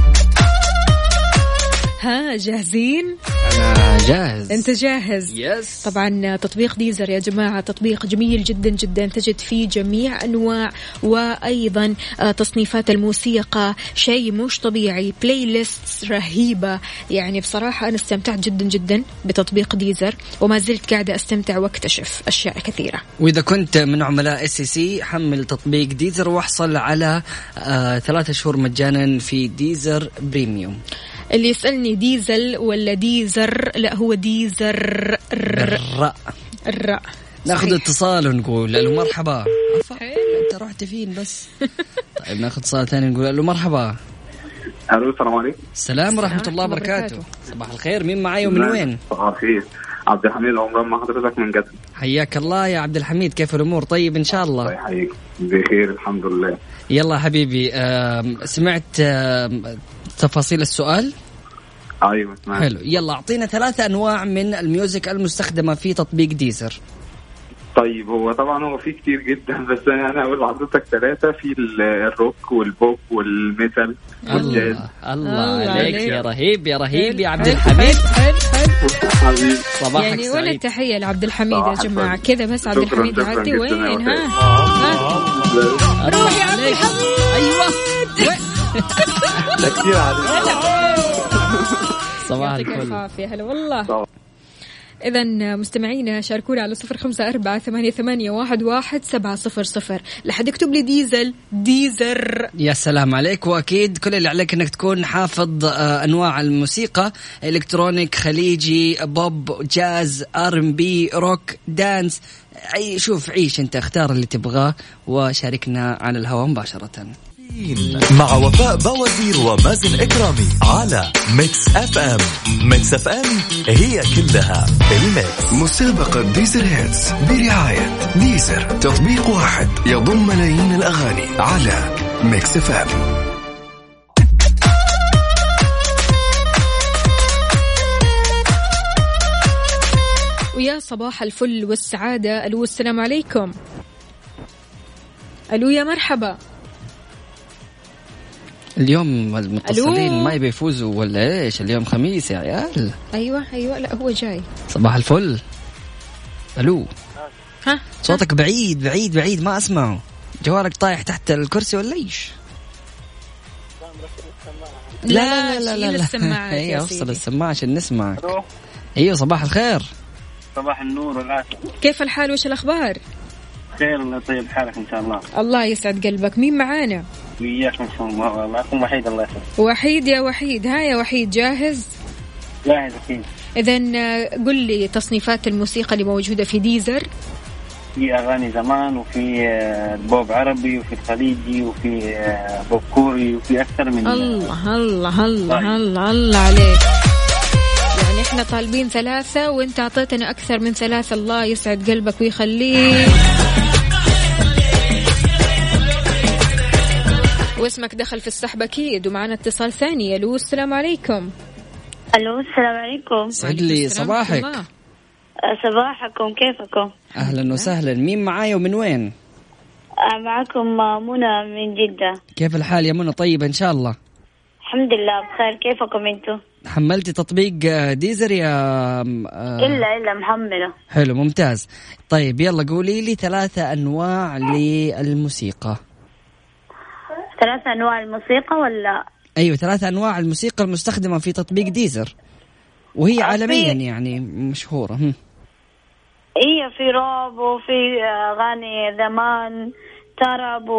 Speaker 5: ها جاهزين؟
Speaker 6: أنا جاهز.
Speaker 5: أنت جاهز؟
Speaker 6: يس.
Speaker 5: طبعا تطبيق ديزر يا جماعة تطبيق جميل جدا جدا، تجد فيه جميع أنواع وأيضا تصنيفات الموسيقى، شيء مش طبيعي، بلاي ليست رهيبة. يعني بصراحة أنا استمتعت جدا جدا بتطبيق ديزر وما زلت قاعدة أستمتع واكتشف أشياء كثيرة.
Speaker 6: وإذا كنت من عملاء اس سي حمل تطبيق ديزر واحصل على آه ثلاثة شهور مجانا في ديزر بريميوم.
Speaker 5: اللي يسألني ديزل ولا ديزر، لا هو ديزر
Speaker 6: الراء
Speaker 5: الراء.
Speaker 6: ناخذ اتصال ونقول له مرحبا. انت رحت فين بس؟ طيب ناخذ اتصال ثاني نقول له مرحبا.
Speaker 10: الو السلام عليكم.
Speaker 6: السلام ورحمة الله وبركاته. صباح الخير، مين معاي ومن وين؟
Speaker 10: صباح الخير، عبد الحميد عمران مع حضرتك من جدة.
Speaker 6: حياك الله يا عبد الحميد، كيف الأمور؟ طيب إن شاء الله.
Speaker 10: الله يحييك، بخير الحمد لله.
Speaker 6: يلا حبيبي، سمعت تفاصيل السؤال؟
Speaker 10: ايوه سمعت.
Speaker 6: حلو، يلا اعطينا ثلاثة انواع من الميوزك المستخدمة في تطبيق ديزر.
Speaker 10: طيب هو طبعا هو في كتير جدا، بس انا اقول لحضرتك ثلاثة، في الروك والبوب والميتال والجاز.
Speaker 6: الله, الله عليك يا رهيب يا رهيب يا عبد الحميد.
Speaker 10: حبيبي
Speaker 6: صباحك
Speaker 5: يعني
Speaker 6: سعيد.
Speaker 5: ولا تحية لعبد الحميد يا جماعة كذا بس. عبد الحميد عدي وين؟ ها ها روح يا عبد الحميد.
Speaker 6: ايوه
Speaker 10: كتير عليك.
Speaker 6: صباح الفل.
Speaker 5: هلا والله. إذا مستمعينا شاركونا على صفر خمسة أربعة ثمانية ثمانية واحد واحد سبعة صفر صفر. لحد يكتب لي ديزل ديزر.
Speaker 6: يا سلام عليك. وأكيد كل اللي عليك أنك تكون حافظ أنواع الموسيقى، إلكترونيك، خليجي، بوب، جاز، ار ام بي، روك، دانس. أي شوف عيش أنت، اختار اللي تبغاه وشاركنا على الهواء مباشرة.
Speaker 7: مع وفاء بوازير ومازن إكرامي على ميكس اف ام. ميكس اف ام هي كلها الميكس.
Speaker 9: مسابقة ديزر هيتس برعاية ديزر، تطبيق واحد يضم ملايين الأغاني على ميكس اف ام.
Speaker 5: ويا صباح الفل والسعادة. ألو السلام عليكم. ألو يا مرحبا.
Speaker 6: اليوم المتصلين ما يبي يفوزوا ولا ايش؟ اليوم خميس يا عيال.
Speaker 5: ايوه ايوه لا هو جاي.
Speaker 6: صباح الفل. الو.
Speaker 5: ها
Speaker 6: صوتك بعيد بعيد بعيد ما اسمعه. جوالك طايح تحت الكرسي ولا ايش؟
Speaker 5: لا لا لا لا, لا. السماعة
Speaker 6: ايوه افصل السماعة عشان نسمعك. ايوه صباح الخير.
Speaker 11: صباح النور والعافية.
Speaker 5: كيف الحال وش الاخبار؟
Speaker 11: خير الله طيب حالك ان شاء الله.
Speaker 5: الله يسعد قلبك. مين معانا؟
Speaker 11: وياك من شاء الله. معكم وحيد الله يسعدك.
Speaker 5: وحيد يا وحيد. ها يا وحيد جاهز؟
Speaker 11: جاهز اكيد.
Speaker 5: اذن قل لي تصنيفات الموسيقى اللي موجودة في ديزر.
Speaker 11: في اغاني زمان وفي بوب عربي وفي خليجي وفي بوب كوري وفي اكثر من.
Speaker 5: الله الله الله الله الله عليك. يعني احنا طالبين ثلاثة وانت اعطيتنا اكثر من ثلاثة. الله يسعد قلبك ويخليك. واسمك دخل في السحب اكيد. ومعنا اتصال ثاني. الو السلام عليكم.
Speaker 12: الو السلام عليكم.
Speaker 6: سعد لي صباحك.
Speaker 12: صباحكم كيفكم؟
Speaker 6: اهلا وسهلا. مين معايا ومن وين؟
Speaker 12: معكم منى من جدة.
Speaker 6: كيف الحال يا منى؟ طيب ان شاء الله.
Speaker 12: الحمد لله بخير. كيفكم انتم؟
Speaker 6: حملتي تطبيق ديزر يا آه
Speaker 12: إلا إلا محملة.
Speaker 6: حلو ممتاز. طيب يلا قولي لي ثلاثة أنواع للموسيقى.
Speaker 12: ثلاثة أنواع الموسيقى ولا؟
Speaker 6: أيوة ثلاثة أنواع الموسيقى المستخدمة في تطبيق ديزر وهي عالميا يعني مشهورة. هم.
Speaker 12: إيه في راب وفي أغاني زمان تراب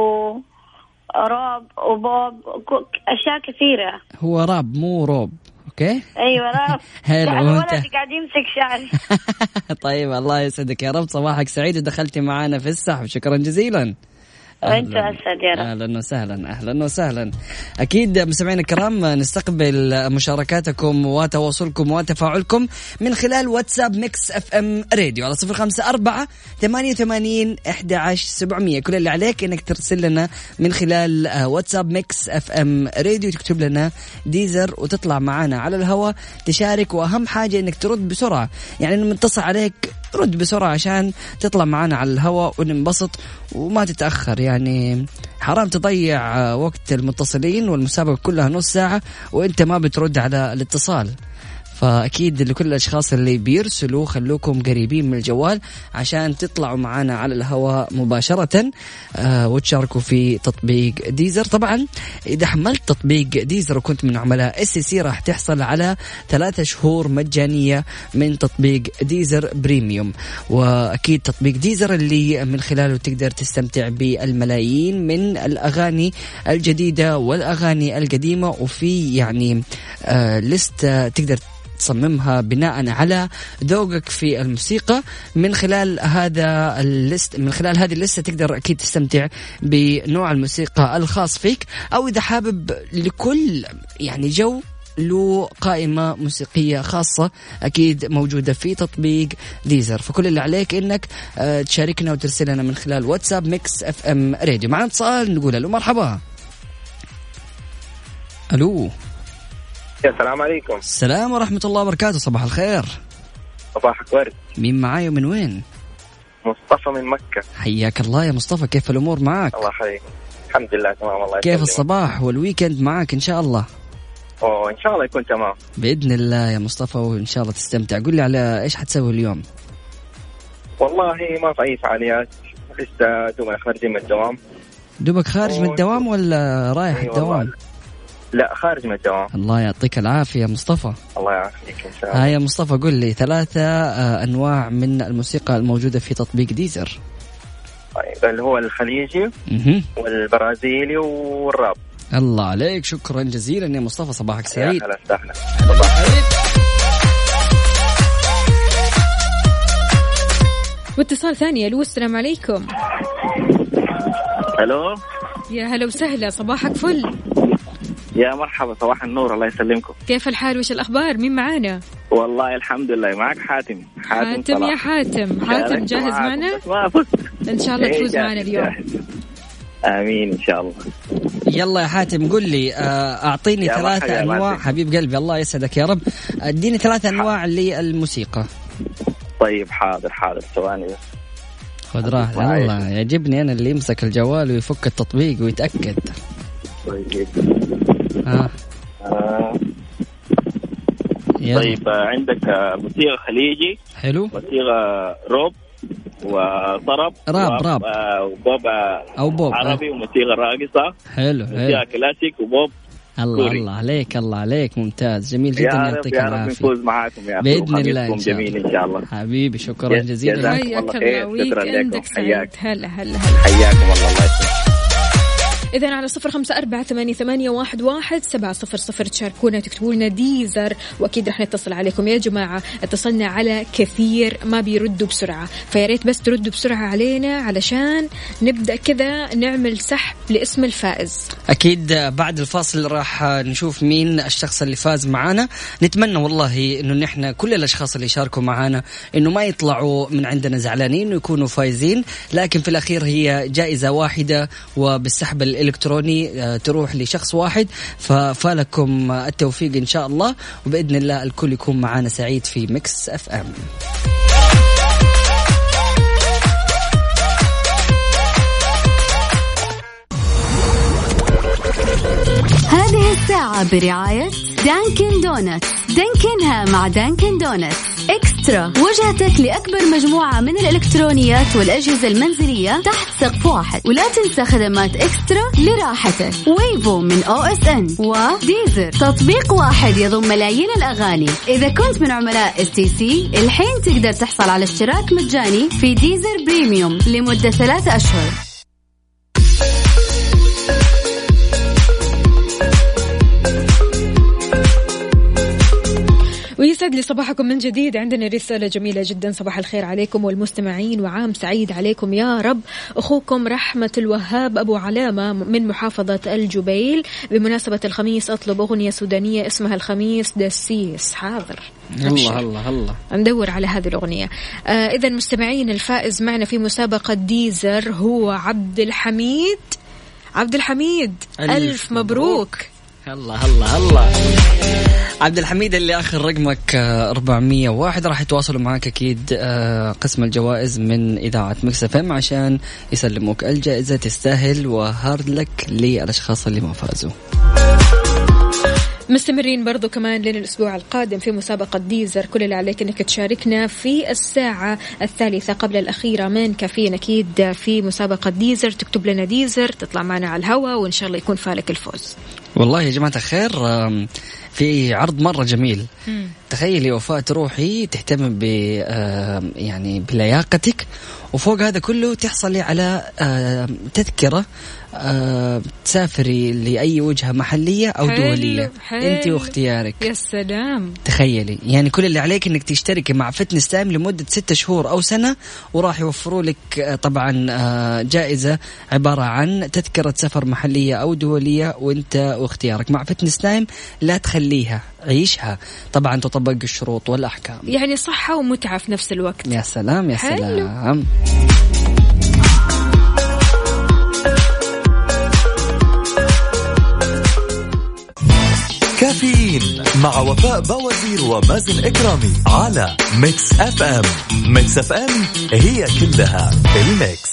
Speaker 12: وراب وبوب أشياء كثيرة.
Speaker 6: هو راب مو روب. اوكي
Speaker 12: ايوه راب.
Speaker 6: حلو
Speaker 12: الولد قاعد يمسك شعري.
Speaker 6: طيب الله يسعدك يا رب، صباحك سعيد ودخلتي معنا في السحب، شكرا جزيلا.
Speaker 12: وانت اسعد يا رب.
Speaker 6: اهلا وسهلا اهلا وسهلا. اكيد مستمعينا الكرام نستقبل مشاركاتكم وتواصلكم وتفاعلكم من خلال واتساب ميكس اف ام راديو على صفر خمسة أربعة ثمانية وثمانين أحد عشر سبعمية. كل اللي عليك انك ترسل لنا من خلال واتساب ميكس اف ام راديو، تكتب لنا ديزر وتطلع معنا على الهواء تشارك، واهم حاجه انك ترد بسرعه، يعني لما نتصل عليك رد بسرعة عشان تطلع معنا على الهواء وننبسط وما تتأخر. يعني حرام تضيع وقت المتصلين والمسابقة كلها نص ساعة وانت ما بترد على الاتصال. فأكيد لكل الأشخاص اللي بيرسلوا خلوكم قريبين من الجوال عشان تطلعوا معنا على الهواء مباشرة آه وتشاركوا في تطبيق ديزر. طبعا إذا حملت تطبيق ديزر وكنت من عملاء اس سي راح تحصل على ثلاثة شهور مجانية من تطبيق ديزر بريميوم. وأكيد تطبيق ديزر اللي من خلاله تقدر تستمتع بالملايين من الأغاني الجديدة والأغاني القديمة، وفي يعني آه لست تقدر تصممها بناء على ذوقك في الموسيقى. من خلال هذا الليست من خلال هذه الليستة تقدر أكيد تستمتع بنوع الموسيقى الخاص فيك، أو إذا حابب لكل يعني جو له قائمة موسيقية خاصة أكيد موجودة في تطبيق ديزر. فكل اللي عليك إنك تشاركنا وترسلنا من خلال واتساب ميكس اف ام راديو. معنا اتصال نقول له مرحبا. ألو
Speaker 13: السلام عليكم.
Speaker 6: السلام ورحمة الله وبركاته. صباح الخير.
Speaker 13: صباحك ورد.
Speaker 6: مين معاي ومن وين؟
Speaker 13: مصطفى من مكة.
Speaker 6: حياك الله يا مصطفى، كيف الأمور معك؟
Speaker 13: الله يحييك. الحمد لله تمام الله.
Speaker 6: كيف الصباح والويكند معك إن شاء الله؟
Speaker 13: أوه إن شاء الله يكون تمام
Speaker 6: بإذن الله يا مصطفى، وإن شاء الله تستمتع. قل لي على إيش حتسوي اليوم؟
Speaker 13: والله ما في أي فعاليات، لسه دوبنا خارجين من الدوام.
Speaker 6: دوبك خارج من الدوام ولا رايح
Speaker 13: أيوة
Speaker 6: الدوام؟
Speaker 13: والله. لا خارج من الدوام.
Speaker 6: الله يعطيك العافية مصطفى.
Speaker 13: الله يعافيك إن شاء الله.
Speaker 6: ها يا مصطفى قل لي ثلاثة أنواع من الموسيقى الموجودة في تطبيق ديزر.
Speaker 13: طيب اللي هو الخليجي والبرازيلي والراب.
Speaker 6: الله عليك، شكرا جزيلا يا مصطفى، صباحك سعيد.
Speaker 13: أهلا وسهلا.
Speaker 5: واتصال ثاني. الو السلام عليكم.
Speaker 11: الو
Speaker 5: يا هلا وسهلا، صباحك فل.
Speaker 11: يا مرحبا، صباح النور، الله يسلمكم.
Speaker 5: كيف الحال وش الأخبار؟ مين معانا؟
Speaker 11: والله الحمد لله. معك حاتم.
Speaker 5: حاتم, حاتم يا حاتم. حاتم جاهز معنا؟ إن شاء الله تفوز معنا اليوم.
Speaker 11: آمين إن شاء الله.
Speaker 6: يلا يا حاتم قل لي أعطيني ثلاثة أنواع. حبيب قلبي الله يسعدك يا رب، اديني ثلاثة أنواع للموسيقى.
Speaker 11: طيب حاضر حاضر ثواني بس.
Speaker 6: خذ راحتك. والله يعجبني أنا اللي يمسك الجوال ويفك التطبيق ويتأكد.
Speaker 11: طيب
Speaker 6: آه.
Speaker 11: آه. طيب عندك موسيقى خليجي.
Speaker 6: حلو.
Speaker 11: موسيقى روب وطرب.
Speaker 6: راب راب
Speaker 11: وبوب
Speaker 6: أو بوب
Speaker 11: عربي. وموسيقى راقصة.
Speaker 6: حلو.
Speaker 11: موسيقى كلاسيك وبوب.
Speaker 6: الله كوري. الله عليك الله عليك، ممتاز جميل جدا.
Speaker 11: يعطيك العافية. نفوز معاكم يا
Speaker 6: بإذن الله إن
Speaker 11: شاء الله. جميل إن شاء الله
Speaker 6: حبيبي، شكرا جزيلا.
Speaker 5: حياك الله ويكندك سعيد. هلا هلا
Speaker 11: حياكم الله. الله يسلمك.
Speaker 5: إذن على صفر خمسة أربعة ثمانية ثمانية واحد واحد سبعة صفر صفر تشاركونا، تكتبوا لنا ديزر وأكيد رح نتصل عليكم. يا جماعة اتصلنا على كثير ما بيردوا بسرعة، فياريت بس تردوا بسرعة علينا علشان نبدأ كذا نعمل سحب لاسم الفائز.
Speaker 6: أكيد بعد الفاصل راح نشوف مين الشخص اللي فاز معانا. نتمنى والله إنه نحن كل الأشخاص اللي شاركوا معانا إنه ما يطلعوا من عندنا زعلانين ويكونوا فايزين، لكن في الأخير هي جائزة واحدة وبالسحب الإلكتروني تروح لشخص واحد، ففالكم التوفيق إن شاء الله، وبإذن الله الكل يكون معنا سعيد في ميكس اف ام.
Speaker 8: هذه الساعة برعاية دانكن دونتس. دانكنها مع دانكن دونتس إكسترا، وجهتك لأكبر مجموعة من الإلكترونيات والأجهزة المنزلية تحت سقف واحد. ولا تنسى خدمات إكسترا لراحتك، ويفو من أو إس إن وديزر، تطبيق واحد يضم ملايين الأغاني. إذا كنت من عملاء إس تي سي الحين تقدر تحصل على اشتراك مجاني في ديزر بريميوم لمدة ثلاثة أشهر.
Speaker 5: ويسعد لي صباحكم من جديد. عندنا رسالة جميلة جدا. صباح الخير عليكم والمستمعين وعام سعيد عليكم يا رب. أخوكم رحمة الوهاب أبو علامة من محافظة الجبيل. بمناسبة الخميس أطلب أغنية سودانية اسمها الخميس دسيس. حاضر،
Speaker 6: الله الله الله
Speaker 5: ندور على هذه الأغنية. آه إذا مستمعين، الفائز معنا في مسابقة ديزر هو عبد الحميد. عبد الحميد ألف, ألف مبروك.
Speaker 6: الله الله الله. عبد الحميد اللي آخر رقمك أربعمية وواحد راح يتواصلوا معك أكيد قسم الجوائز من إذاعة ميكس إف إم عشان يسلموك الجائزة. تستاهل وهارد لك للأشخاص اللي ما فازوا.
Speaker 5: مستمرين برضو كمان لين الأسبوع القادم في مسابقة ديزر. كل اللي عليك أنك تشاركنا في الساعة الثالثة قبل الأخيرة من كافيين أكيد في مسابقة ديزر. تكتب لنا ديزر، تطلع معنا على الهواء، وإن شاء الله يكون فالك الفوز.
Speaker 6: والله يا جماعة الخير في عرض مرة جميل. مم. تخيلي وفاء تروحي تهتم ب يعني بلياقتك، وفوق هذا كله تحصلي على تذكرة تسافري لأي وجهة محلية أو حلو دولية. حلو. أنت واختيارك.
Speaker 5: يا سلام.
Speaker 6: تخيلي يعني كل اللي عليك أنك تشتركي مع فتنس تايم لمدة ستة شهور أو سنة، وراح يوفروا لك طبعا جائزة عبارة عن تذكرة سفر محلية أو دولية وأنت واختيارك. مع فتنس تايم لا تخليها، عيشها. طبعا تطبق الشروط والأحكام.
Speaker 5: يعني صحة ومتعة في نفس الوقت.
Speaker 6: يا سلام يا حلو. سلام.
Speaker 7: كافيين مع وفاء بوازير ومازن إكرامي على ميكس اف ام. ميكس اف ام هي كلها الميكس.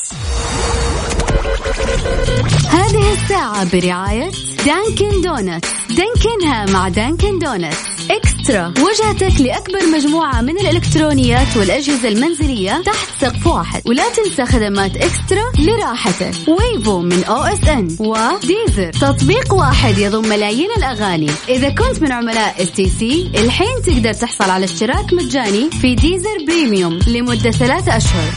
Speaker 8: هذه الساعة برعاية دانكن دونتس. دانكنها مع دانكن دونتس إكسترا، وجهتك لأكبر مجموعة من الإلكترونيات والأجهزة المنزلية تحت سقف واحد. ولا تنسى خدمات إكسترا لراحتك، ويفو من أو إس إن وديزر، تطبيق واحد يضم ملايين الأغاني. إذا كنت من عملاء إس تي سي الحين تقدر تحصل على اشتراك مجاني في ديزر بريميوم لمدة ثلاثة أشهر.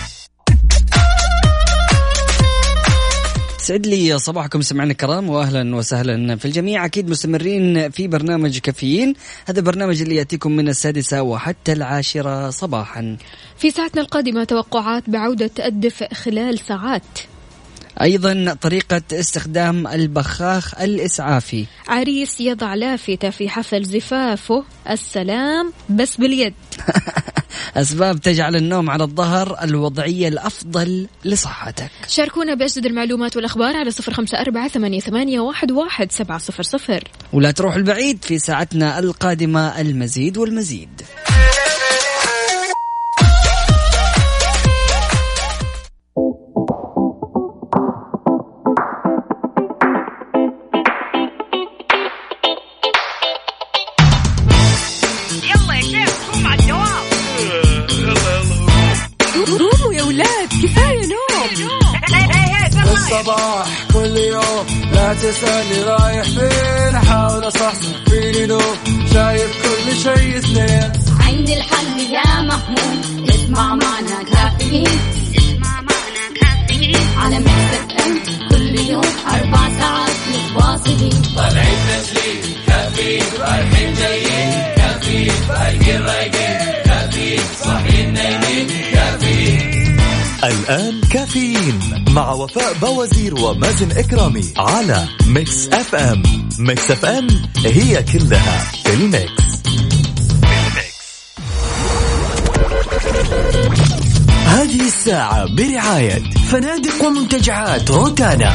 Speaker 6: سعد لي صباحكم سمعنا الكرام، واهلا وسهلا في الجميع. اكيد مستمرين في برنامج كافيين. هذا البرنامج اللي ياتيكم من السادسة وحتى العاشرة صباحا.
Speaker 5: في ساعتنا القادمة توقعات بعودة الدفء خلال ساعات.
Speaker 6: أيضا طريقة استخدام البخاخ الإسعافي.
Speaker 5: عريس يضع لافتة في حفل زفافه السلام بس باليد.
Speaker 6: أسباب تجعل النوم على الظهر الوضعية الأفضل لصحتك.
Speaker 5: شاركونا بأجدد المعلومات والأخبار على صفر خمسة أربعة ثمانية ثمانية واحد واحد سبعة صفر صفر.
Speaker 6: ولا تروح البعيد، في ساعتنا القادمة المزيد والمزيد.
Speaker 1: الصباح كل يوم لا تسألني رايح فين، أحاول أصحصح فيني نوم، شايف كل شيء سنين.
Speaker 2: عندي الحل يا محمود، اسمع معنا كافيين. اسمع معنا كافيين على ميكس اف ام، كل يوم أربع ساعات متواصلين.
Speaker 3: طالعين تسليم كافيين، رايحين جايين كافيين، رايقين رايقين كافيين، صاحيين نايمين كافيين.
Speaker 7: الآن كافيين مع وفاء بوازير ومازن إكرامي على ميكس اف ام. ميكس اف ام هي كلها في الميكس.
Speaker 4: هذه الساعة برعاية فنادق ومنتجعات روتانا.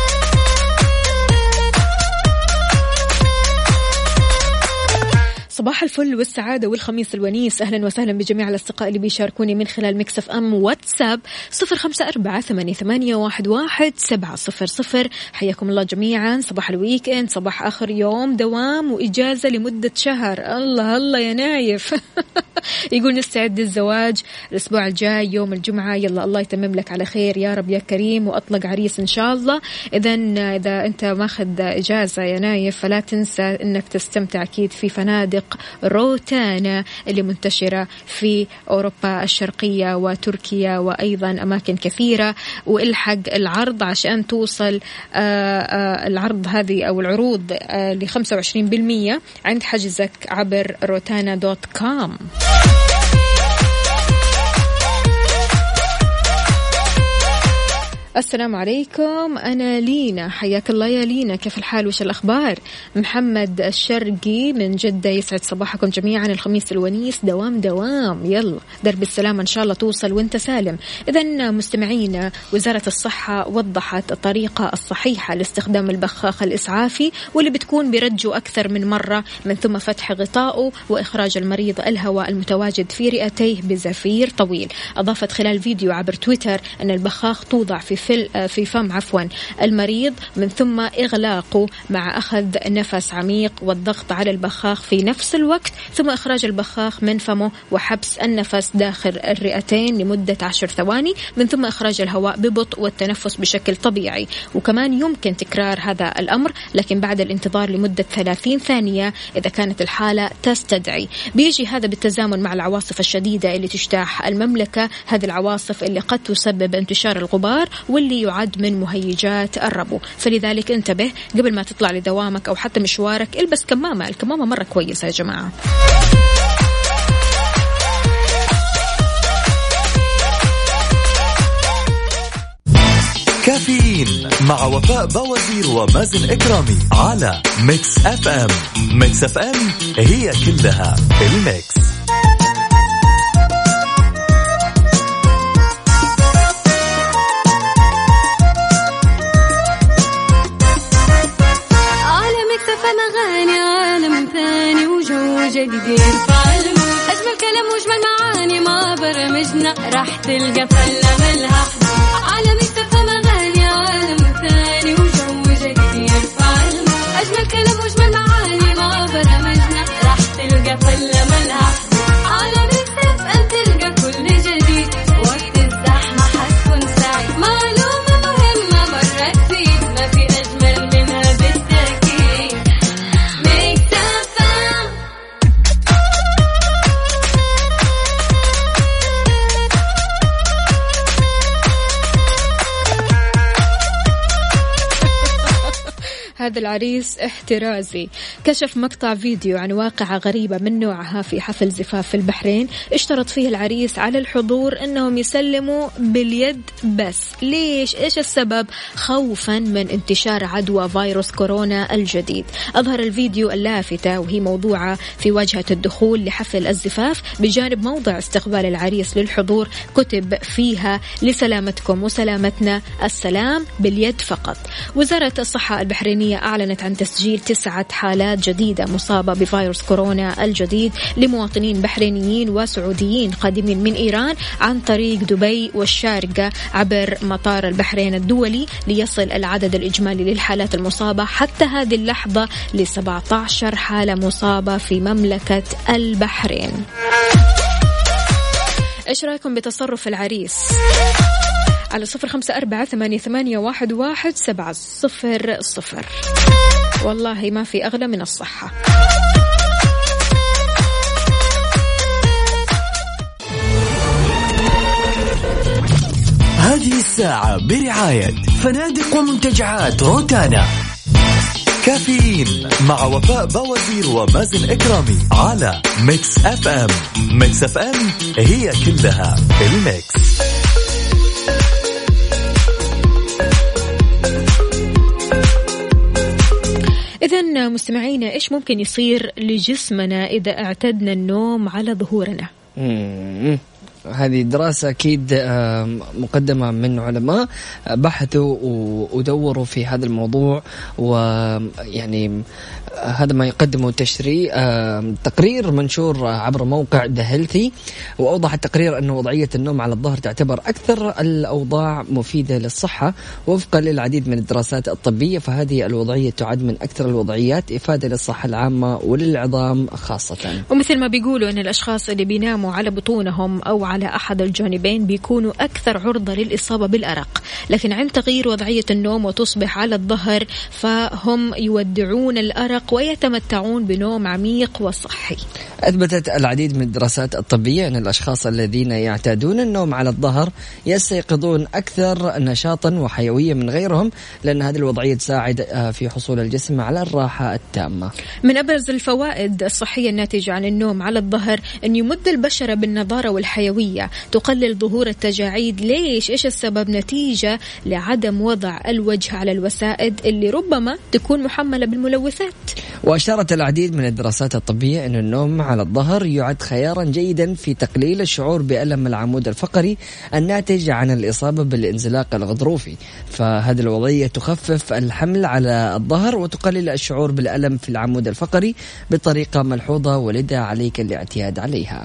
Speaker 5: صباح صباح الفل والسعادة والخميس الونيس. أهلا وسهلا بجميع الأصدقاء اللي بيشاركوني من خلال ميكس اف ام واتساب صفر خمسة أربعة ثمانية ثمانية واحد واحد سبعة صفر صفر. حياكم الله جميعا. صباح الويكند، صباح آخر يوم دوام وإجازة لمدة شهر. الله الله يا نايف. يقول نستعد للزواج الأسبوع الجاي يوم الجمعة. يلا الله يتمم لك على خير يا رب يا كريم، وأطلق عريس إن شاء الله. إذا إذا أنت ماخذ إجازة يا نايف فلا تنسى إنك تستمتع أكيد في فنادق روتانا اللي منتشرة في أوروبا الشرقية وتركيا وأيضا أماكن كثيرة، والحق العرض عشان توصل آآ آآ العرض هذه أو العروض لخمسة وعشرين بالمية عند حجزك عبر روتانا دوت كوم. السلام عليكم، أنا لينا. حياك الله يا لينا، كيف الحال وش الأخبار؟ محمد الشرقي من جدة، يسعد صباحكم جميعا. الخميس الونيس دوام دوام، يلا درب السلامة إن شاء الله توصل وانت سالم. إذن مستمعينا، وزارة الصحة وضحت الطريقة الصحيحة لاستخدام البخاخ الإسعافي واللي بتكون برجه أكثر من مرة من ثم فتح غطاؤه وإخراج المريض الهواء المتواجد في رئتيه بزفير طويل. أضافت خلال فيديو عبر تويتر أن البخاخ توضع في في في فم عفوا المريض من ثم إغلاقه مع أخذ نفس عميق والضغط على البخاخ في نفس الوقت، ثم إخراج البخاخ من فمه وحبس النفس داخل الرئتين لمدة عشر ثواني، من ثم إخراج الهواء ببطء والتنفس بشكل طبيعي. وكمان يمكن تكرار هذا الأمر لكن بعد الانتظار لمدة ثلاثين ثانية إذا كانت الحالة تستدعي. بيجي هذا بالتزامن مع العواصف الشديدة اللي تجتاح المملكة، هذه العواصف اللي قد تسبب انتشار الغبار واللي يعد من مهيجات الربو. فلذلك انتبه قبل ما تطلع لدوامك أو حتى مشوارك، البس كمامة. الكمامة مرة كويسة يا جماعة.
Speaker 7: كافيين مع وفاء بوازير ومازن إكرامي على ميكس اف ام. ميكس اف ام هي كلها الميكس.
Speaker 2: جديد يرفعلمو أجمل كلام وأجمل معاني ما برمجنا راح تلقى فلة ملها على مكتفى مغاني عالم ثاني وجو جديد يرفعلمو أجمل كلام وأجمل معاني ما برمجنا راح تلقى فلة ملها على مكتفى أن تلقى كل جديد وقت الزحمة حتكون سعيد. معلومة مهمة مرة تفيد ما في أجمل منها بالتأكيد.
Speaker 5: هذا العريس احترازي كشف مقطع فيديو عن واقعة غريبة من نوعها في حفل زفاف في البحرين. اشترط فيه العريس على الحضور أنهم يسلموا باليد بس. ليش؟ إيش السبب؟ خوفا من انتشار عدوى فيروس كورونا الجديد. أظهر الفيديو اللافتة وهي موضوعة في واجهة الدخول لحفل الزفاف بجانب موضع استقبال العريس للحضور، كتب فيها لسلامتكم وسلامتنا السلام باليد فقط. وزارة الصحة البحرينية أعلنت عن تسجيل تسعة حالات جديدة مصابة بفيروس كورونا الجديد لمواطنين بحرينيين وسعوديين قادمين من إيران عن طريق دبي والشارقة عبر مطار البحرين الدولي، ليصل العدد الإجمالي للحالات المصابة حتى هذه اللحظة ل سبعة عشر حالة مصابة في مملكة البحرين. إيش رأيكم بتصرف العريس؟ على صفر خمسة أربعة ثمانية ثمانية واحد واحد سبعة صفر صفر. والله ما في أغلى من الصحة.
Speaker 4: هذه الساعة برعاية فنادق ومنتجعات روتانا.
Speaker 7: كافيين مع وفاء بوازير ومازن إكرامي على ميكس اف ام. ميكس اف ام هي كلها الميكس.
Speaker 5: إذن مستمعينا، إيش ممكن يصير لجسمنا إذا اعتدنا النوم على ظهورنا؟
Speaker 6: هذه دراسة أكيد مقدمة من علماء بحثوا ودوروا في هذا الموضوع، ويعني هذا ما يقدمه تشري تقرير منشور عبر موقع The Healthy، وأوضح التقرير أن وضعية النوم على الظهر تعتبر أكثر الأوضاع مفيدة للصحة وفقا للعديد من الدراسات الطبية، فهذه الوضعية تعد من أكثر الوضعيات إفادة للصحة العامة وللعظام خاصة.
Speaker 5: ومثل ما بيقولوا أن الأشخاص اللي بيناموا على بطونهم أو على أحد الجانبين بيكونوا أكثر عرضة للإصابة بالأرق، لكن عند تغيير وضعية النوم وتصبح على الظهر فهم يودعون الأرق ويتمتعون بنوم عميق وصحي.
Speaker 6: أثبتت العديد من الدراسات الطبية أن الأشخاص الذين يعتادون النوم على الظهر يستيقظون أكثر نشاطا وحيوية من غيرهم، لأن هذه الوضعية تساعد في حصول الجسم على الراحة التامة.
Speaker 5: من أبرز الفوائد الصحية الناتجة عن النوم على الظهر أن يمد البشرة بالنضارة والحيوية، تقلل ظهور التجاعيد. ليش؟ إيش السبب؟ نتيجة لعدم وضع الوجه على الوسائد اللي ربما تكون محملة بالملوثات.
Speaker 6: وأشارت العديد من الدراسات الطبية أن النوم على الظهر يعد خيارا جيدا في تقليل الشعور بألم العمود الفقري الناتج عن الإصابة بالانزلاق الغضروفي، فهذه الوضعية تخفف الحمل على الظهر وتقلل الشعور بالألم في العمود الفقري بطريقة ملحوظة، ولذا عليك الاعتياد عليها.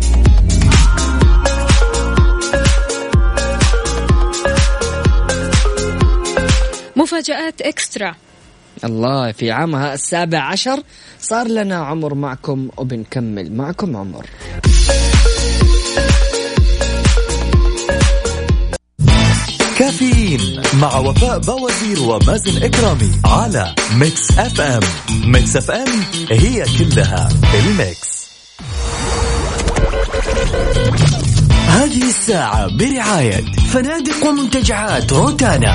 Speaker 5: مفاجآت إكسترا.
Speaker 6: الله، في عامها السابع عشر صار لنا عمر معكم وبنكمل معكم عمر.
Speaker 7: كافيين مع وفاء بوازير ومازن إكرامي على ميكس اف ام. ميكس اف ام هي كلها الميكس.
Speaker 4: هذه الساعة برعاية فنادق ومنتجعات روتانا.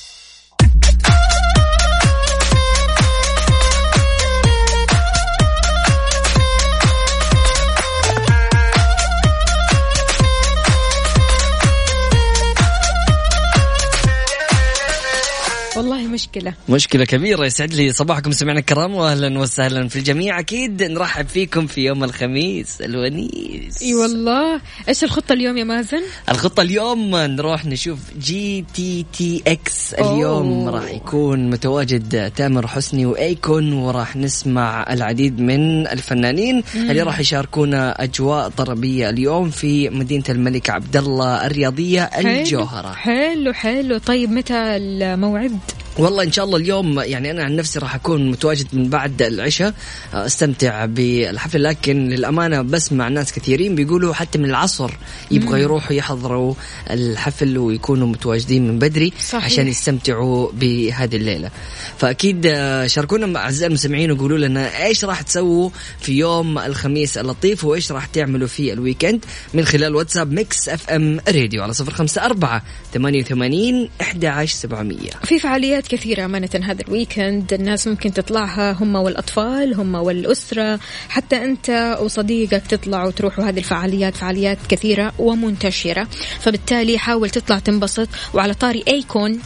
Speaker 5: والله مشكلة
Speaker 6: مشكلة كبيرة. يسعد لي صباحكم سمعنا الكرام، وأهلا وسهلا في الجميع. أكيد نرحب فيكم في يوم الخميس الونيس.
Speaker 5: اي والله. إيش الخطة اليوم يا مازن؟
Speaker 6: الخطة اليوم نروح نشوف جي تي تي اكس. اليوم راح يكون متواجد تامر حسني وأيكون، وراح نسمع العديد من الفنانين مم. اللي راح يشاركونا أجواء طربية اليوم في مدينة الملك عبد الله الرياضية الجوهرة.
Speaker 5: حلو حلو. طيب متى الموعد؟
Speaker 6: والله إن شاء الله اليوم، يعني أنا عن نفسي راح أكون متواجد من بعد العشاء استمتع بالحفل، لكن للأمانة بسمع ناس كثيرين بيقولوا حتى من العصر يبغوا يروحوا يحضروا الحفل ويكونوا متواجدين من بدري صحيح. عشان يستمتعوا بهذه الليلة. فأكيد شاركونا مع أعزائي المستمعين وقولوا لنا إيش راح تسووا في يوم الخميس اللطيف، وإيش راح تعملوا في الويكند من خلال واتساب ميكس اف ام راديو على صفر خمسة أربعة ثمانية وثمانين أحد عشر سبعمية.
Speaker 5: في فعاليات كثيرة أمانة هذا الويكند، الناس ممكن تطلعها هم والأطفال هم والأسرة، حتى أنت وصديقك تطلعوا تروحوا هذه الفعاليات. فعاليات كثيرة ومنتشرة، فبالتالي حاول تطلع تنبسط. وعلى طاري أيكون،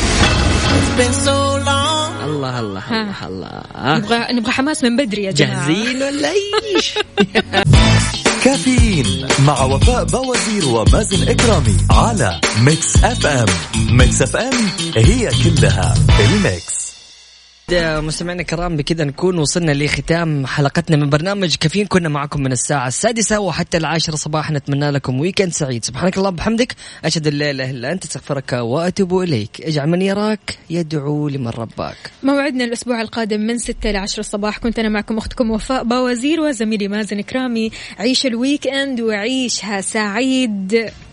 Speaker 6: الله الله الله الله،
Speaker 5: نبغى نبغى حماس من بدري يا جماعة.
Speaker 6: جاهزين ولا ايش؟
Speaker 7: كافيين مع وفاء بوازير ومازن إكرامي على ميكس اف ام. ميكس اف ام هي كلها الميكس.
Speaker 6: مستمعينا الكرام، بكذا نكون وصلنا لختام حلقتنا من برنامج كافيين. كنا معكم من الساعة السادسة وحتى العاشرة صباحا. نتمنى لكم ويكند سعيد. سبحانك اللهم وبحمدك، أشهد أن لا إله إلا أنت، استغفرك وأتوب إليك. اجعل من يراك يدعو لمن رباك.
Speaker 5: موعدنا الأسبوع القادم من ستة إلى عشرة الصباح. كنت أنا معكم أختكم وفاء باوزير وزميلي مازن إكرامي. عيش الويكند وعيشها سعيد.